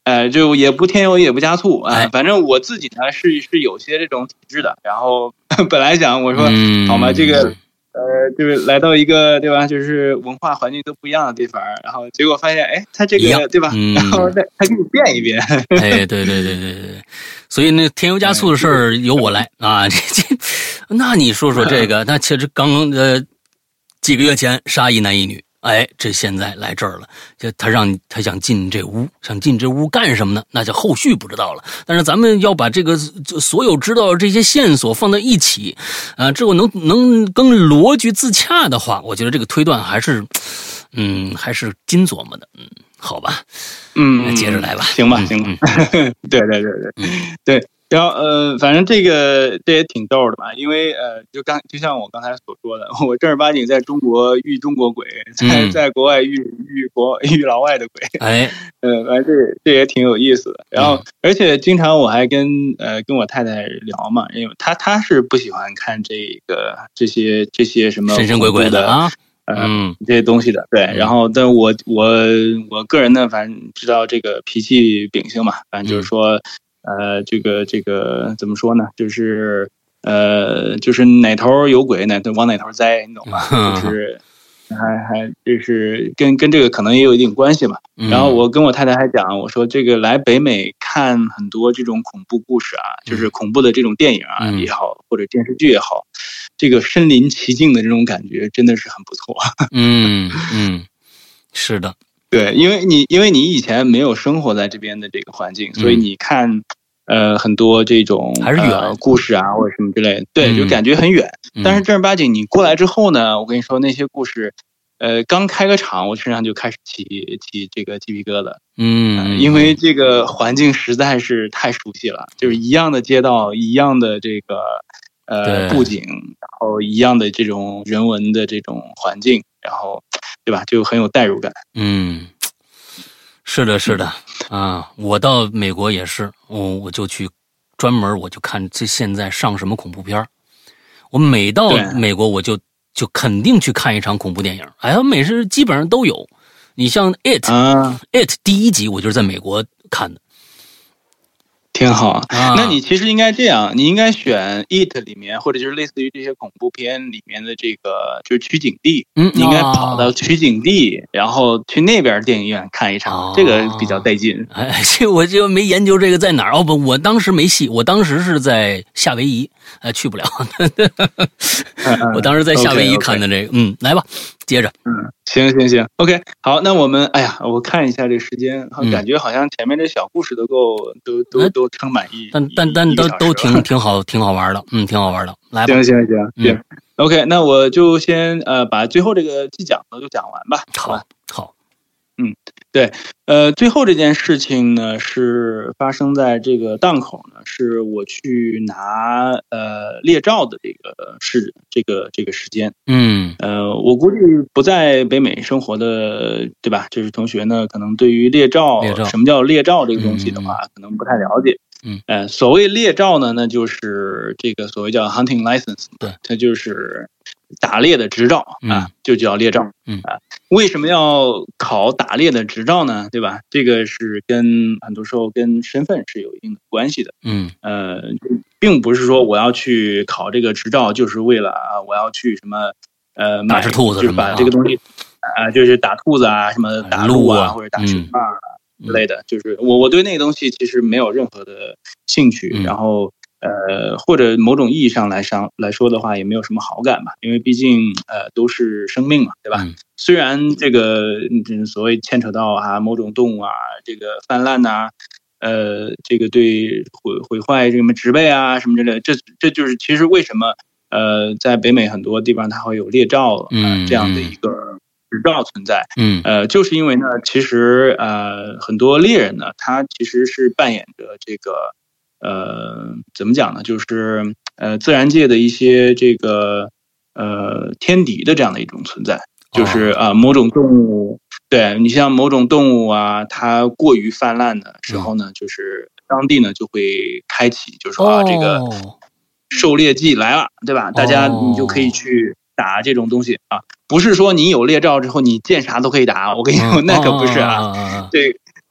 呃，就也不添油也不加醋啊、呃哎， 反正我自己呢是是有些这种体质的。然后本来想我说、 嗯、 好嘛，这个呃就是来到一个对吧，就是文化环境都不一样的地方，然后结果发现哎，他这个对吧， 嗯、 然后他他给你变一变。 哎，对对对对对，所以那添油加醋的事儿由我来啊。这这，那你说说这个，那其实刚呃几个月前杀一男一女。哎，这现在来这儿了，就他让他想进这屋，想进这屋干什么呢？那就后续不知道了。但是咱们要把这个所有知道的这些线索放在一起，啊、呃，之后能能跟逻辑自洽的话，我觉得这个推断还是，嗯，还是金琢磨的。嗯，好吧， 嗯， 那接着来吧。 行吧，行吧。嗯、对对对对、嗯、对。然后呃，反正这个这也挺逗的嘛，因为呃，就刚就像我刚才所说的，我正儿八经在中国遇中国鬼，在在国外遇遇国遇老外的鬼， 哎， 呃，反正这这也挺有意思的。然后、嗯、而且经常我还跟呃跟我太太聊嘛，因为她她是不喜欢看这个这些这些什么神神鬼鬼的啊。 呃、嗯，这些东西的，对，然后，但我我我个人呢，反正知道这个脾气秉性嘛，反正就是说，嗯、呃，这个这个怎么说呢？就是呃，就是哪头有鬼，哪头往哪头栽，你懂吗？就是还还就是跟跟这个可能也有一定关系嘛。然后我跟我太太还讲，我说这个来北美看很多这种恐怖故事啊，就是恐怖的这种电影啊也好，或者电视剧也好。这个身临其境的这种感觉真的是很不错。 嗯嗯，是的， 对，因为你因为你以前没有生活在这边的这个环境，所以你看呃很多这种还是远、 呃、故事啊或者什么之类的，对， 嗯、 就感觉很远。 嗯、 但是正儿八经你过来之后呢，我跟你说那些故事，呃，刚开个场，我身上就开始起起这个鸡皮疙瘩。 嗯、 呃，因为这个环境实在是太熟悉了，就是一样的街道，一样的这个。呃，布景，然后一样的这种人文的这种环境，然后，对吧？就很有代入感。 嗯，是的，是的，啊，我到美国也是，我我就去专门我就看这现在上什么恐怖片，我每到美国我就就肯定去看一场恐怖电影，哎呀，美式基本上都有。你像 It，It、 啊、 It 第一集我就是在美国看的。 挺好， 啊、 那你其实应该这样，你应该选 It 里面，或者就是类似于这些恐怖片里面的这个就是取景地， 嗯， 你应该跑到取景地，哦、然后去那边电影院看一场， 哦、 这个比较带劲。 哎，这我就没研究这个在哪儿哦，不，我当时没戏，我当时是在夏威夷，呃，去不了。我当时在夏威夷看的这个， okay, okay. 嗯，来吧，接着， 嗯，行行行 ，OK， 好，那我们，哎呀，我看一下这个时间， 嗯、 感觉好像前面这小故事都够，都都都撑满一， 但但但都都挺挺好，挺好玩的，嗯，挺好玩的，来吧， 行行行行、 嗯、 ，OK， 那我就先呃把最后这个记讲的就讲完吧， 好吧，好。 嗯，对，呃，最后这件事情呢是发生在这个档口呢，是我去拿呃猎照的这个是这个这个时间， 嗯， 呃，我估计不在北美生活的对吧？就是同学呢，可能对于猎照， 猎照什么叫猎照这个东西的话， 嗯、 可能不太了解。 嗯， 呃，所谓猎照呢，那就是这个所谓叫 hunting license， 对， 它就是打猎的执照啊， 嗯、 就叫猎照。 嗯啊，为什么要考打猎的执照呢？对吧？这个是跟很多时候跟身份是有一定的关系的。 嗯， 呃，并不是说我要去考这个执照，就是为了啊，我要去什么呃买打只兔子就是把这个东西啊、呃，就是打兔子啊，什么打鹿啊，或者打熊二啊。之类的，就是我我对那个东西其实没有任何的兴趣， 嗯、然后呃或者某种意义上来上来说的话，也没有什么好感吧，因为毕竟呃都是生命嘛，对吧？ 嗯、 虽然这个所谓牵扯到啊某种动物啊这个泛滥呐、啊，呃这个对毁毁坏什么植被啊什么之类的，这这就是其实为什么呃在北美很多地方它会有猎照啊、呃、这样的一个执照存在， 嗯， 呃，就是因为呢，其实呃，很多猎人呢，他其实是扮演着这个呃，怎么讲呢？就是呃，自然界的一些这个呃天敌的这样的一种存在，就是啊、呃，某种动物，对你像某种动物啊，它过于泛滥的时候呢，嗯、就是当地呢就会开启，就是说啊，这个狩猎季来了，对吧？大家你就可以去打这种东西啊。不是说你有猎照之后你见啥都可以打，我跟你说、嗯、那可不是啊。 哦、 这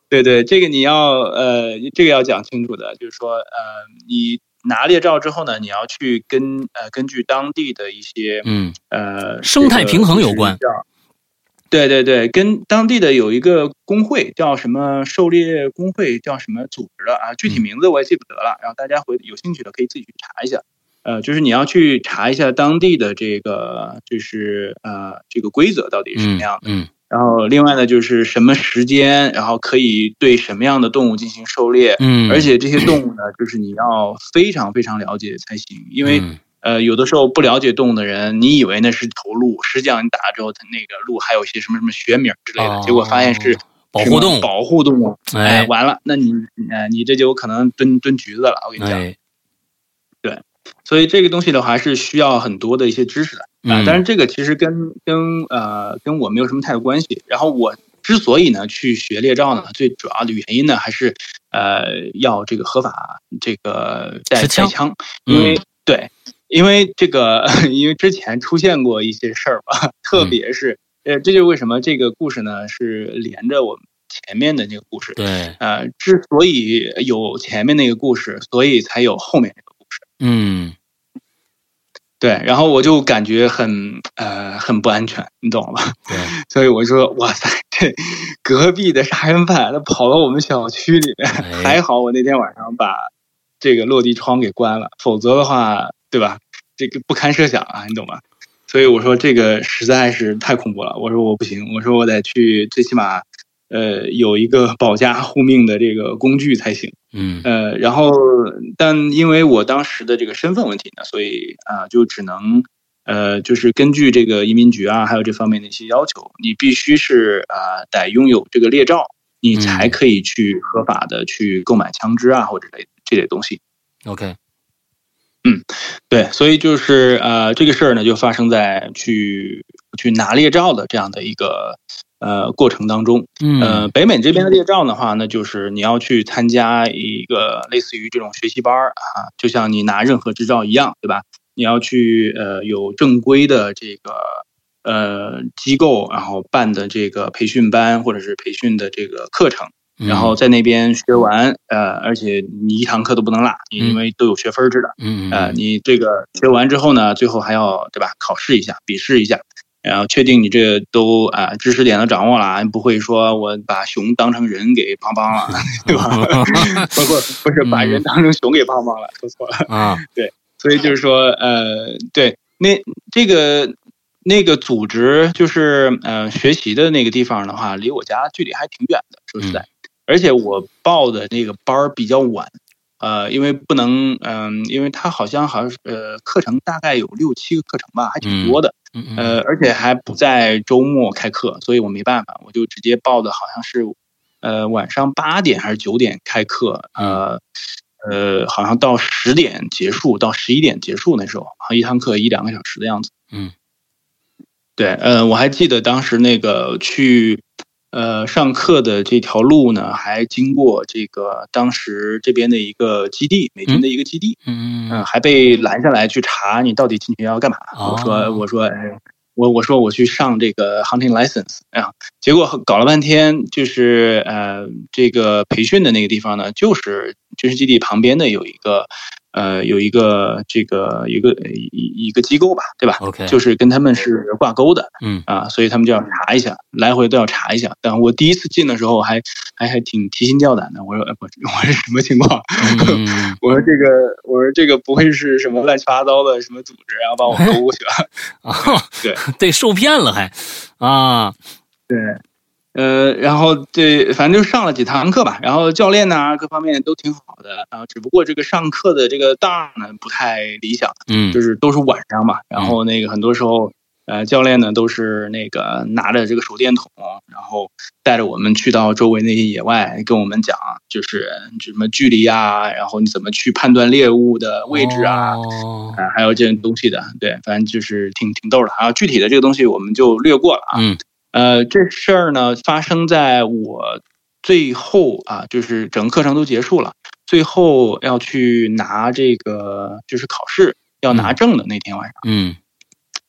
对对，这个你要呃，这个要讲清楚的，就是说呃，你拿猎照之后呢，你要去跟呃根据当地的一些嗯呃生态平衡有关。 这个对对对，跟当地的有一个工会叫什么狩猎工会，叫什么组织的啊？具体名字我也记不得了。然后大家回有兴趣的可以自己去查一下。呃，就是你要去查一下当地的这个，就是呃这个规则到底是什么样的。 嗯。嗯然后另外呢，就是什么时间，然后可以对什么样的动物进行狩猎。 嗯， 而且这些动物呢，就是你要非常非常了解才行，因为。 嗯呃，有的时候不了解动物的人，你以为那是头鹿，实际上你打了之后，它那个鹿还有一些什么什么学名之类的， 哦、 结果发现是保护动物， 保护动物， 哎， 哎完了，那你呃，你这就有可能蹲蹲局子了，我跟你讲。 哎、 对，所以这个东西的话是需要很多的一些知识的啊、呃，但是这个其实跟跟呃跟我没有什么太多关系。然后我之所以呢去学猎照呢，最主要的原因呢还是呃要这个合法这个带带枪，因为、嗯、对。因为这个，因为之前出现过一些事儿吧，特别是呃，这就是为什么这个故事呢是连着我们前面的那个故事。 对， 呃，之所以有前面那个故事，所以才有后面那个故事。 嗯， 对，然后我就感觉很呃很不安全，你懂了吧？ 对， 所以我说，哇塞，这隔壁的杀人犯他跑到我们小区里面， 哎、 还好我那天晚上把这个落地窗给关了，否则的话。对吧？这个不堪设想啊，你懂吗？所以我说这个实在是太恐怖了。我说我不行，我说我得去，最起码，呃，有一个保家护命的这个工具才行。 嗯。 呃，然后，但因为我当时的这个身份问题呢，所以啊、呃，就只能呃，就是根据这个移民局啊，还有这方面的一些要求，你必须是啊、呃，得拥有这个猎照，你才可以去合法的去购买枪支啊，或者类这类东西。 OK。 嗯，对，所以就是呃，这个事儿呢，就发生在去去拿猎照的这样的一个呃过程当中。 嗯， 呃，北美这边的猎照的话呢，就是你要去参加一个类似于这种学习班啊，就像你拿任何执照一样，对吧？你要去呃有正规的这个呃机构，然后办的这个培训班或者是培训的这个课程。然后在那边学完，呃，而且你一堂课都不能落，因为都有学分制的， 嗯， 呃，你这个学完之后呢，最后还要对吧，考试一下，笔试一下，然后确定你这都啊、呃、知识点都掌握了，不会说我把熊当成人给胖胖了，对吧？不不不是把人当成熊给胖胖了，说错了啊， 对，所以就是说，呃，对，那这个。那个组织就是呃学习的那个地方的话，离我家距离还挺远的，说实在。嗯而且我报的那个班比较晚，呃，因为不能，嗯、呃，因为他好像好像是呃课程大概有六七个课程吧，还挺多的， 嗯嗯、 呃，而且还不在周末开课，所以我没办法，我就直接报的好像是，呃，晚上八点还是九点开课，呃，呃，好像到十点结束，到十一点结束那时候，好像一堂课一两个小时的样子。 嗯， 对，呃，我还记得当时那个去。呃，上课的这条路呢，还经过这个当时这边的一个基地，美军的一个基地， 嗯嗯、 呃，还被拦下来去查你到底进去要干嘛。 哦、 我说，我说，哎，我我说我去上这个 hunting license，哎呀，结果搞了半天，就是呃，这个培训的那个地方呢，就是军事基地旁边的有一个。呃，有一个这个一个一一个机构吧，对吧 ？OK， 就是跟他们是挂钩的， 嗯啊，所以他们就要查一下，来回都要查一下。但我第一次进的时候还还还挺提心吊胆的，我说，我我是什么情况？ 嗯、 我说这个，我说这个不会是什么乱七八糟的什么组织，然后把我勾过去了？ 啊， 对对，受骗了还啊， 对。呃，然后这反正就上了几堂课吧，然后教练呢各方面都挺好的，然后只不过这个上课的这个档呢不太理想， 嗯， 就是都是晚上嘛，然后那个很多时候，呃，教练呢都是那个拿着这个手电筒，然后带着我们去到周围那些野外，跟我们讲就是什么距离啊，然后你怎么去判断猎物的位置啊， 哦呃、还有这种东西的，对，反正就是挺挺逗的啊。具体的这个东西我们就略过了啊。 嗯。 呃，这事儿呢发生在我最后啊，就是整个课程都结束了，最后要去拿这个就是考试要拿证的那天晚上。 嗯，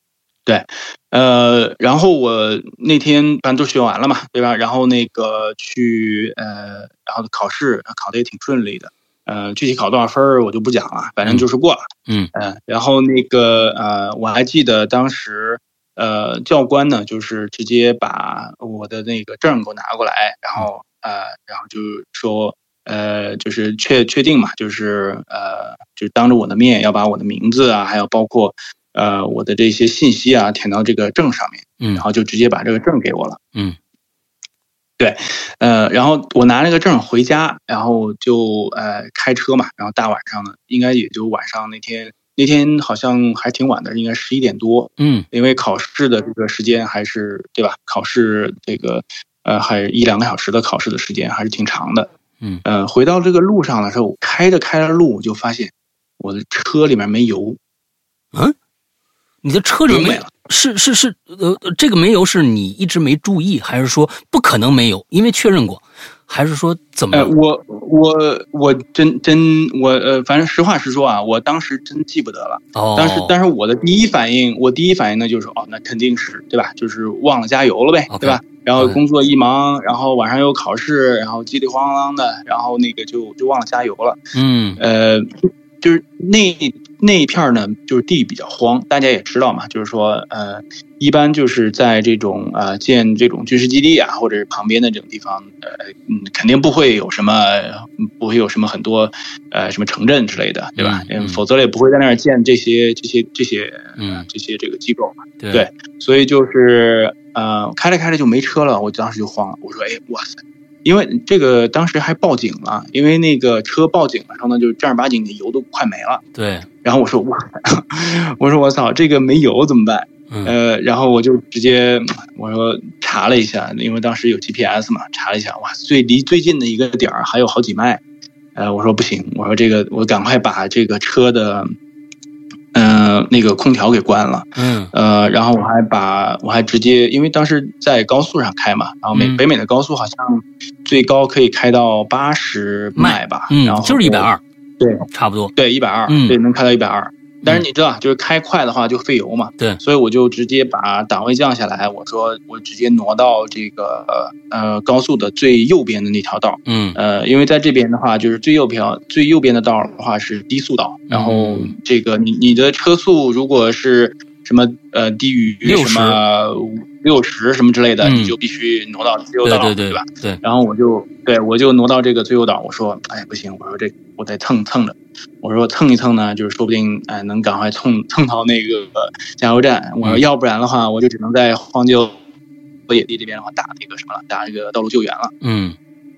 对，呃，然后我那天反正都学完了嘛，对吧？然后那个去呃，然后考试考得也挺顺利的，呃，具体考多少分我就不讲了，反正就是过了。 嗯， 呃，然后那个呃，我还记得当时呃，教官呢就是直接把我的那个证给我拿过来，然后呃，然后就说呃，就是确确定嘛，就是呃，就当着我的面要把我的名字啊，还有包括。呃，我的这些信息啊，填到这个证上面， 嗯， 然后就直接把这个证给我了， 嗯， 对，呃，然后我拿那个证回家，然后就呃开车嘛，然后大晚上的，应该也就晚上那天，那天好像还挺晚的，应该十一点多， 嗯， 因为考试的这个时间还是对吧？考试这个呃还一两个小时的考试的时间还是挺长的， 嗯， 呃，回到这个路上的时候，我开着开着路，我就发现我的车里面没油， 嗯。你的车里没是是是呃这个没油是你一直没注意，还是说不可能没油？因为确认过，还是说怎么？ 呃，我我我真真我呃，反正实话实说啊，我当时真记不得了。 哦。 但是但是我的第一反应，我第一反应呢就是哦，那肯定是对吧？就是忘了加油了呗， okay, 对吧？然后工作一忙，然后晚上又考试，然后叽里咣啷的，然后那个就就忘了加油了。 嗯。 呃，就是那。那一片呢，就是地比较荒，大家也知道嘛，就是说，呃，一般就是在这种呃建这种军事基地啊，或者是旁边的这种地方，呃，嗯，肯定不会有什么，不会有什么很多，呃，什么城镇之类的，对吧？ 嗯， 否则也不会在那儿建这些这些这些，嗯，这些这个机构嘛。 对， 对，所以就是呃，开着开着就没车了，我当时就慌了，我说，哎，哇塞！因为这个当时还报警了，因为那个车报警了，然后呢，就正儿八经的油都快没了。 对。 然后我说哇，我说我操，这个没油怎么办？ 嗯、 呃，然后我就直接我说查了一下，因为当时有 G P S 嘛，查了一下，哇，最离最近的一个点儿还有好几迈。呃，我说不行，我说这个我赶快把这个车的。嗯、呃，那个空调给关了， 嗯， 呃，然后我还把我还直接，因为当时在高速上开嘛，然后美、嗯、北美的高速好像最高可以开到八十迈吧， 嗯， 然后就是一百二， 对， 差不多， 对，一百二，对，能开到一百二。但是你知道，就是开快的话就费油嘛， 对， 所以我就直接把档位降下来，我说我直接挪到这个呃高速的最右边的那条道， 嗯， 呃，因为在这边的话，就是最右边最右边的道的话是低速道，然后这个你你的车速如果是什么呃低于什么六十什么之类的， 嗯、 你就必须挪到最右道， 对对对， 对吧？ 对， 然后我就对我就挪到这个最右道，我说哎不行，我说这我得蹭蹭着。我说蹭一蹭呢，就是说不定哎能赶快蹭蹭到那个加油站。我说要不然的话，我就只能在荒郊野地这边的话打那个什么了，打那个道路救援了。 嗯，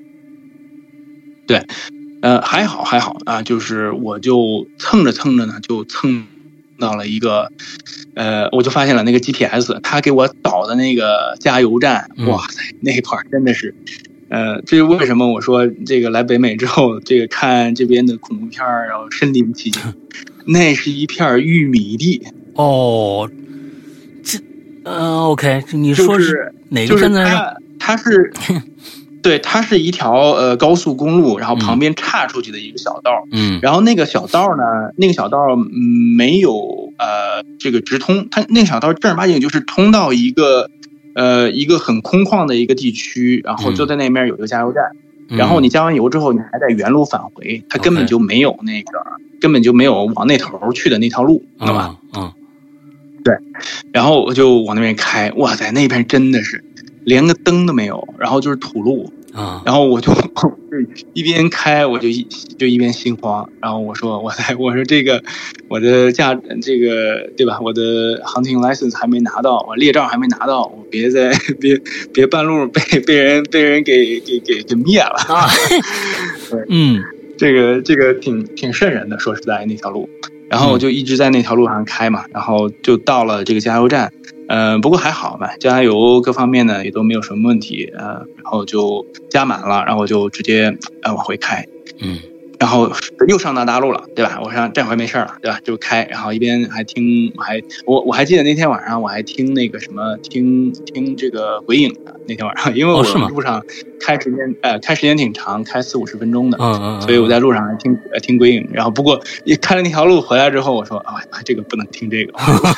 对，呃还好还好啊，就是我就蹭着蹭着呢，就蹭到了一个呃，我就发现了那个 G P S， 它给我导的那个加油站，哇塞，那块真的是。呃，这是为什么我说这个来北美之后，这个看这边的恐怖片然后身临其境，那是一片玉米地哦。这呃 ，OK， 你说是哪个镇子？ 就是它它是对，它是一条呃高速公路，然后旁边岔出去的一个小道， 嗯， 然后那个小道呢，那个小道嗯没有呃这个直通，它那个小道正儿八经就是通到一个。呃，一个很空旷的一个地区，然后就在那边有一个加油站， 嗯、 然后你加完油之后，你还在原路返回，它根本就没有那个， okay. 根本就没有往那头去的那条路，懂吧？ 嗯， 对，然后我就往那边开，哇塞，那边真的是连个灯都没有，然后就是土路啊， 然后我就一边开，我就一就一边心慌，然后我说我在我说这个我的驾这个对吧？我的 hunting license 还没拿到，我猎照还没拿到，我别在别别半路被被人被人给给给给灭了啊！嗯， 这个这个挺挺瘆人的，说实在那条路。然后我就一直在那条路上开嘛，然后就到了这个加油站，呃，不过还好吧，加油各方面呢也都没有什么问题，呃，然后就加满了，然后我就直接呃往回开， 嗯， 然后又上到大陆了，对吧？我想这回没事了，对吧？就开，然后一边还听，我还我我还记得那天晚上我还听那个什么，听听这个鬼影的那天晚上，因为我路上开时间、哦、呃开时间挺长，开四五十分钟的， 嗯嗯， 所以我在路上还听呃听鬼影。然后不过一开了那条路回来之后，我说啊、哦，这个不能听这个，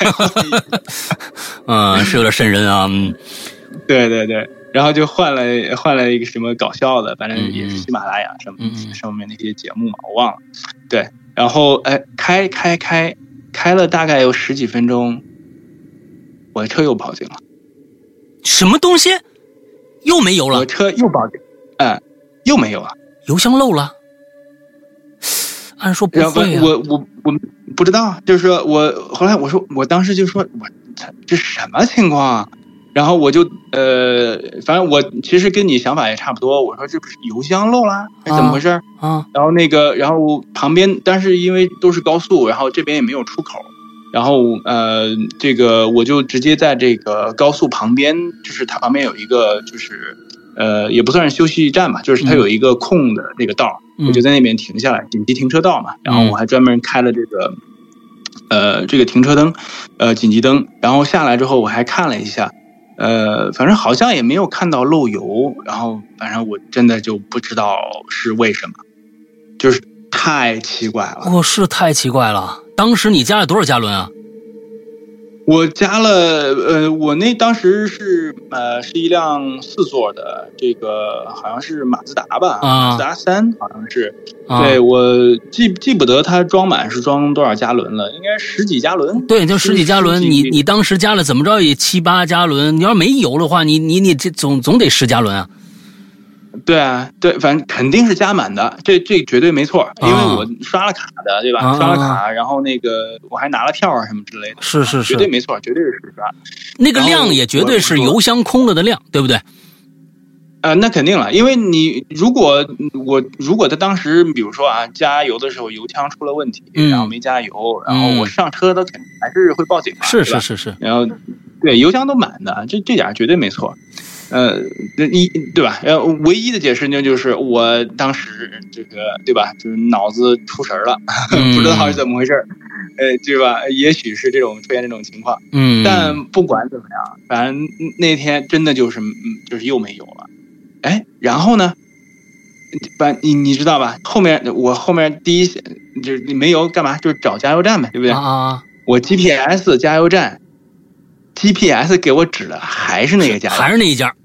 嗯，是有点瘆人啊，嗯， 对对对。然后就换了换了一个什么搞笑的，反正也是喜马拉雅上面、嗯、上面那些节目嘛，我忘了。对，然后哎，开开开开了大概有十几分钟，我的车又报警了。 什么东西？又没油了？ 我车又报警，嗯，又没油了， 油箱漏了。按说不会啊。 我我我不知道，就是说我后来我说，我当时就说，我这什么情况啊？然后我就呃，反正我其实跟你想法也差不多。我说这不是油箱漏了，还怎么回事？啊， 啊然后那个，然后旁边，但是因为都是高速，然后这边也没有出口，然后呃，这个我就直接在这个高速旁边，就是它旁边有一个就是呃，也不算是休息站吧，就是它有一个空的这个道， 嗯、 我就在那边停下来，紧急停车道嘛。然后我还专门开了这个呃这个停车灯，呃紧急灯，然后下来之后我还看了一下。呃，反正好像也没有看到漏油，然后反正我真的就不知道是为什么，就是太奇怪了。 哦，是太奇怪了。当时你加了多少加仑啊？ 我加了，呃，我那当时是呃是一辆四座的，这个好像是马自达吧， 啊、 马自达三好像是。 啊、 对，我记记不得它装满是装多少加仑了，应该十几加仑。 对，就十几加仑。你你当时加了怎么着也七八加仑，你要没油的话，你你你这总总得十加仑啊。 对啊，对，反正肯定是加满的，这这绝对没错，因为我刷了卡的，对吧？ 啊、 刷了卡，然后那个我还拿了票啊什么之类的， 是是是， 绝对没错，绝对是实刷。 那个量也绝对是油箱空了的量，对不对？ 呃，那肯定了，因为你如果我如果他当时比如说啊加油的时候油枪出了问题， 嗯、 然后没加油，然后我上车都肯定还是会报警嘛， 是是是是， 然后对油箱都满的，这这点绝对没错。呃，一对吧？呃，唯一的解释呢，就是我当时这个对吧，就是脑子出神了， 嗯、 不知道是怎么回事，呃，对吧？也许是这种出现这种情况， 嗯， 但不管怎么样，反正那天真的就是，嗯，就是又没油了，哎，然后呢，把你你知道吧？后面我后面第一就是你没油干嘛？就是找加油站呗，对不对？ 啊， 我 G P S 加油站 ，G P S 给我指的还是那个加油， 还是那一家。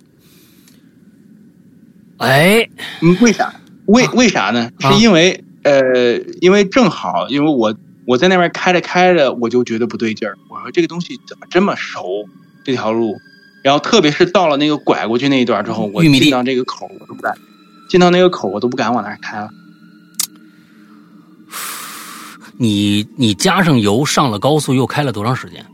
哎， 嗯，为啥？为为啥呢？ 啊、 是因为呃，因为正好，因为我我在那边开着开着，我就觉得不对劲儿。我说这个东西怎么这么熟？这条路，然后特别是到了那个拐过去那一段之后，我进到这个口，我都不敢进到那个口，我都不敢往那儿开了。 你你加上油上了高速，又开了多长时间？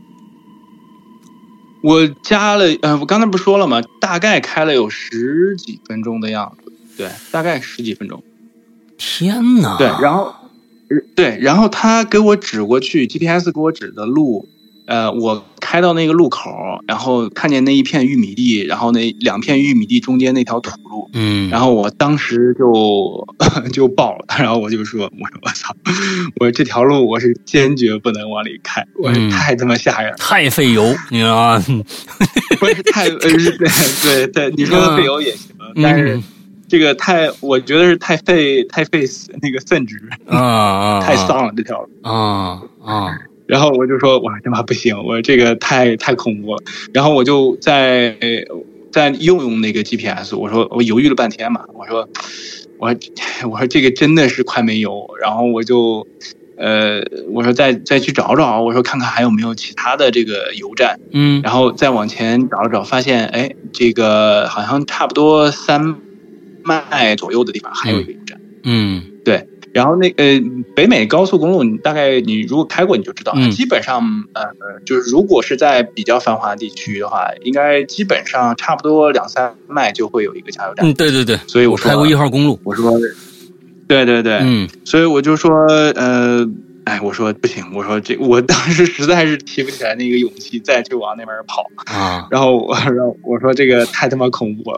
我加了，呃，我刚才不是说了吗？大概开了有十几分钟的样子，对，大概十几分钟。 天哪！ 对，然后，对，然后他给我指过去 ，G P S 给我指的路，呃，我开到那个路口，然后看见那一片玉米地，然后那两片玉米地中间那条土路， 嗯， 然后我当时就就爆了，然后我就说，我说我操，我说这条路我是坚决不能往里开，我说太他妈吓人了， 嗯、太费油，你知道吗？ 不是太呃，对对对，你说的费油也行， 嗯、 但是这个太，我觉得是太费太费那个肾值啊啊， 太丧了这条路啊啊。 然后我就说，哇，他妈不行，我这个太太恐怖了。然后我就在在用用那个 G P S， 我说我犹豫了半天嘛，我说我我说这个真的是快没油，然后我就呃我说再再去找找，我说看看还有没有其他的这个油站， 嗯， 然后再往前找找，发现哎这个好像差不多三迈左右的地方还有一个油站， 嗯， 对。然后那呃，北美高速公路，你大概你如果开过你就知道，嗯、基本上呃，就是如果是在比较繁华地区的话，应该基本上差不多两三迈就会有一个加油站。 嗯，对对对， 所以我说我开过一号公路， 我说，对对对， 嗯， 所以我就说呃，哎，我说不行，我说这我当时实在是提不起来那个勇气再去往那边跑啊， 然后我然后我说这个太他妈恐怖了。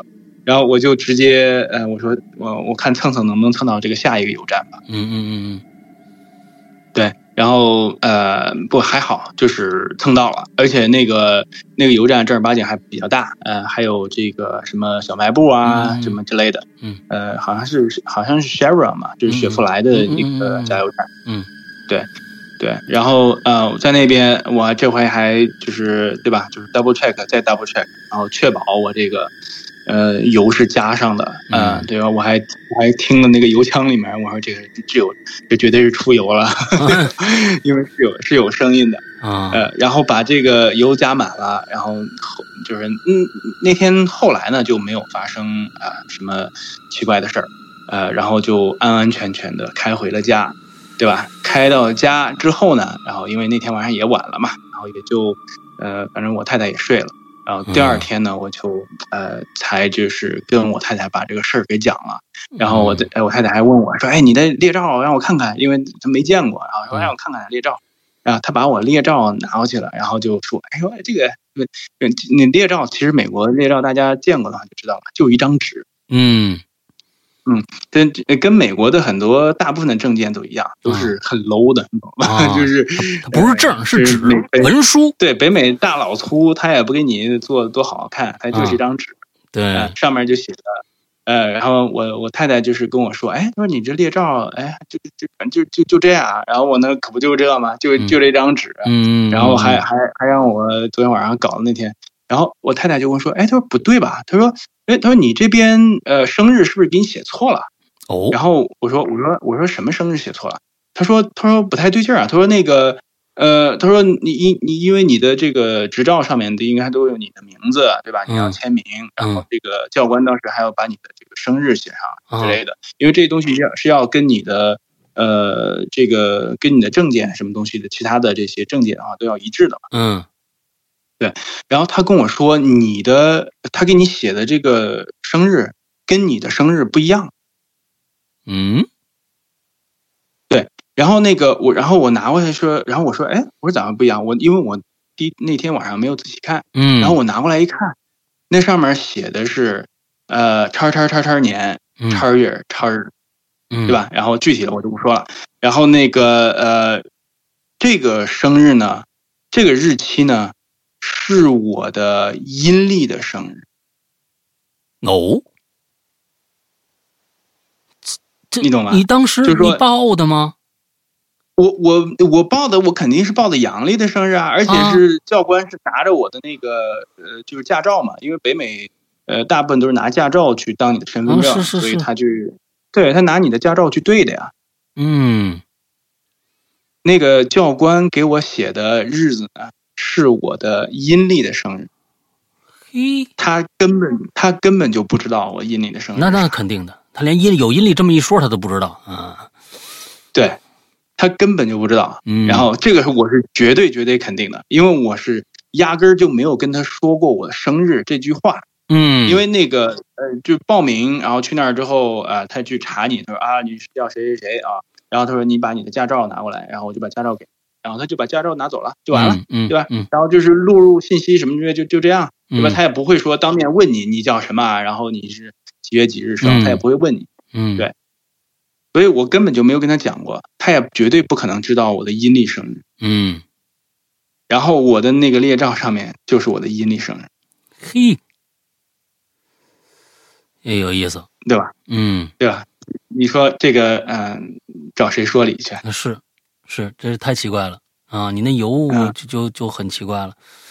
然后我就直接呃我说我我看蹭蹭能不能蹭到这个下一个油站吧。 嗯嗯嗯嗯， 对。然后呃不还好，就是蹭到了，而且那个那个油站正儿八经还比较大，呃还有这个什么小卖部啊、嗯、什么之类的， 嗯呃好像是好像是 Chevron 嘛，就是雪佛兰的一个加油站， 嗯, 嗯, 嗯, 嗯对对。然后呃在那边我这回还就是对吧，就是 double check 再 double check， 然后确保我这个呃油是加上的，呃、嗯对吧？我还我还听了那个油枪里面，我说这个只有这绝对是出油了，因为是有是有声音的啊。 呃，然后把这个油加满了，然后就是嗯那天后来呢就没有发生啊、呃、什么奇怪的事儿，呃，然后就安安全全的开回了家，对吧？开到家之后呢，然后因为那天晚上也晚了嘛，然后也就呃反正我太太也睡了。然后第二天呢，我就呃才就是跟我太太把这个事儿给讲了。然后我我太太还问我说：“哎，你的猎照让我看看，因为她没见过。”然后说让我看看猎照。然后她把我猎照拿过去了，然后就说：“哎呦，这个你猎照其实美国猎照大家见过的话就知道了，就一张纸。” 嗯。 嗯，跟跟美国的很多大部分的证件都一样，都是很 low 的，你懂吗？ 啊、 就是它不是证，是纸文书。 对，北美大老粗，他也不给你做多好看，它就是一张纸。 啊、对、 呃，上面就写的，呃，然后我我太太就是跟我说，哎，说你这猎照，哎，就就就就就这样。然后我呢，可不就这吗？就就这张纸。 嗯。 然后还还还让我昨天晚上搞的那天，然后我太太就跟我说，哎，她说不对吧？她说。哎，他说你这边呃生日是不是给你写错了？ 哦， 然后我说我说我说什么生日写错了？他说他说不太对劲儿啊。他说那个呃他说你你你因为你的这个执照上面的应该都有你的名字对吧？你要签名， 嗯、 然后这个教官当时还要把你的这个生日写上之类的，嗯、因为这东西要是要跟你的呃这个跟你的证件什么东西的其他的这些证件的话都要一致的嘛。 嗯。 对，然后他跟我说，你的他给你写的这个生日跟你的生日不一样。 嗯， 对，然后那个我，然后我拿过来说，然后我说，哎，我说咋么不一样？我因为我第那天晚上没有仔细看， 嗯， 然后我拿过来一看，那上面写的是呃叉叉叉叉年叉月叉日， 嗯， 对吧？然后具体的我就不说了。然后那个呃这个生日呢，这个日期呢。是我的阴历的生日。 哦， 你懂吗？ 你当时你报的吗？ 我我我报的，我肯定是报的阳历的生日啊，而且是教官是拿着我的那个、啊、呃，就是驾照嘛，因为北美呃大部分都是拿驾照去当你的身份证， 哦、是是是所以他就对他拿你的驾照去对的呀。 嗯， 那个教官给我写的日子呢？是我的阴历的生日，他根本他根本就不知道我阴历的生日。 那那肯定的，他连阴有阴历这么一说他都不知道啊。 对，他根本就不知道。 嗯， 然后这个是我是绝对绝对肯定的，因为我是压根儿就没有跟他说过我生日这句话。 嗯， 因为那个呃，就报名，然后去那儿之后啊、呃，他去查你，他说啊，你是叫谁谁谁啊？然后他说你把你的驾照拿过来，然后我就把驾照给。然后他就把驾照拿走了，就完了， 嗯， 对吧？ 嗯， 然后就是录入信息什么之类，就就这样，对吧？ 嗯、 他也不会说当面问你你叫什么，然后你是几月几日生， 嗯、 他也不会问你， 嗯， 对。所以我根本就没有跟他讲过，他也绝对不可能知道我的阴历生日， 嗯。 然后我的那个猎照上面就是我的阴历生日， 嘿，也有意思， 对吧？ 嗯， 对吧？你说这个，嗯、呃，找谁说理去？ 是。是，这是太奇怪了啊！你那油就、嗯、就就很奇怪了，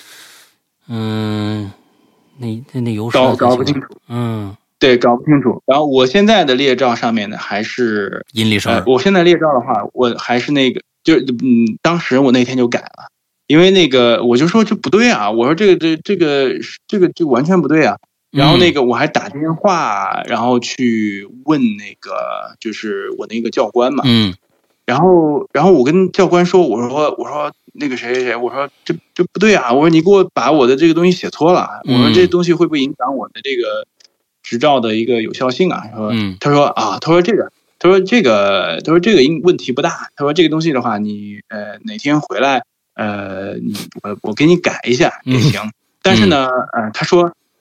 嗯，那那那油搞搞不清楚， 嗯， 对，搞不清楚。然后我现在的猎照上面呢，还是阴历生日、 呃。我现在猎照的话，我还是那个，就嗯，当时我那天就改了，因为那个我就说这不对啊，我说这个这这个这个就完全不对啊。然后那个我还打电话，然后去问那个就是我那个教官嘛， 嗯。 然后，然后我跟教官说：“我说，我说那个谁谁谁，我说这这不对啊！我说你给我把我的这个东西写错了，我说这东西会不会影响我的这个执照的一个有效性啊？”说， 嗯， 他说啊，他说这个，他说这个，他说这个问题不大。他说这个东西的话，你呃哪天回来，呃，你我我给你改一下也行。但是呢，呃，他说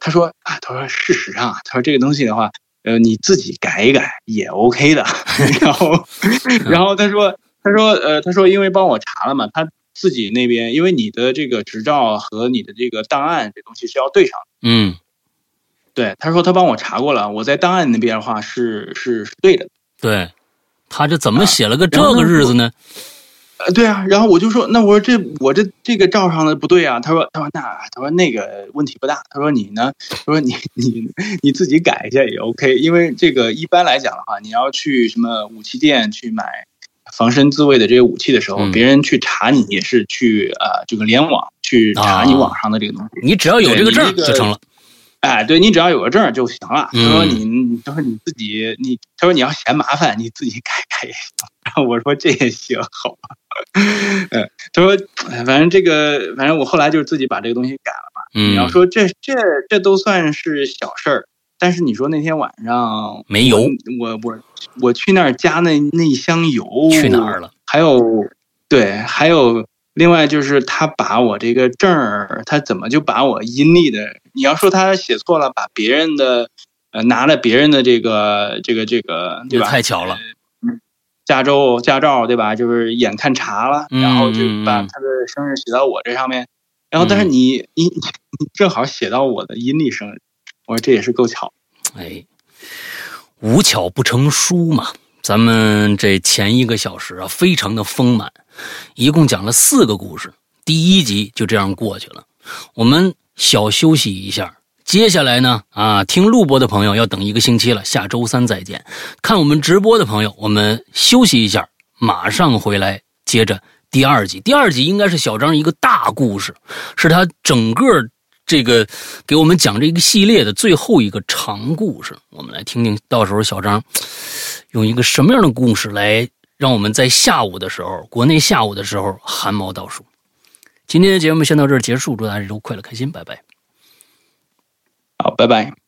他说啊，他说事实上，他说这个东西的话，呃，你自己改一改也 OK 的。然后，然后他说，他说，呃，他说因为帮我查了嘛，他自己那边因为你的这个执照和你的这个档案这东西是要对上的。 嗯， 对，他说他帮我查过了，我在档案那边的话是是是对的。 对，他这怎么写了个这个日子呢？ 呃，对啊，然后我就说，那我说这我这这个照上的不对啊。他说，他说那他说那个问题不大。他说你呢？他说你你你自己改一下也 OK， 因为这个一般来讲的话，你要去什么武器店去买防身自卫的这些武器的时候，嗯、别人去查你也是去呃这个联网去查你网上的这个东西。 啊、你只要有这个证就成了。 哎，对，你只要有个证就行了。他说你，他说你自己，你他说你要嫌麻烦，你自己改改也行。然后我说这也行，好吧。嗯，他说反正这个，反正我后来就自己把这个东西改了嘛。 嗯， 你要说这这这都算是小事儿，但是你说那天晚上没油， 我我我去那儿加那那一箱油去哪儿了？ 还有对，还有。另外就是他把我这个证儿，他怎么就把我阴历的？你要说他写错了，把别人的呃拿了别人的这个这个这个，对吧？ 太巧了， 加州驾照对吧？就是眼看查了， 嗯、 然后就把他的生日写到我这上面，嗯、然后但是你、嗯、你你正好写到我的阴历生日，我说这也是够巧。 哎，无巧不成书嘛。咱们这前一个小时啊，非常的丰满，一共讲了四个故事，第一集就这样过去了。我们小休息一下，接下来呢，啊，听录播的朋友要等一个星期了，下周三再见。看我们直播的朋友，我们休息一下，马上回来接着第二集。第二集应该是小张一个大故事，是他整个这个给我们讲这个系列的最后一个长故事。我们来听听，到时候小张用一个什么样的故事来让我们在下午的时候，国内下午的时候汗毛倒数。今天的节目先到这儿结束，祝大家周快乐开心，拜拜。 好，拜拜。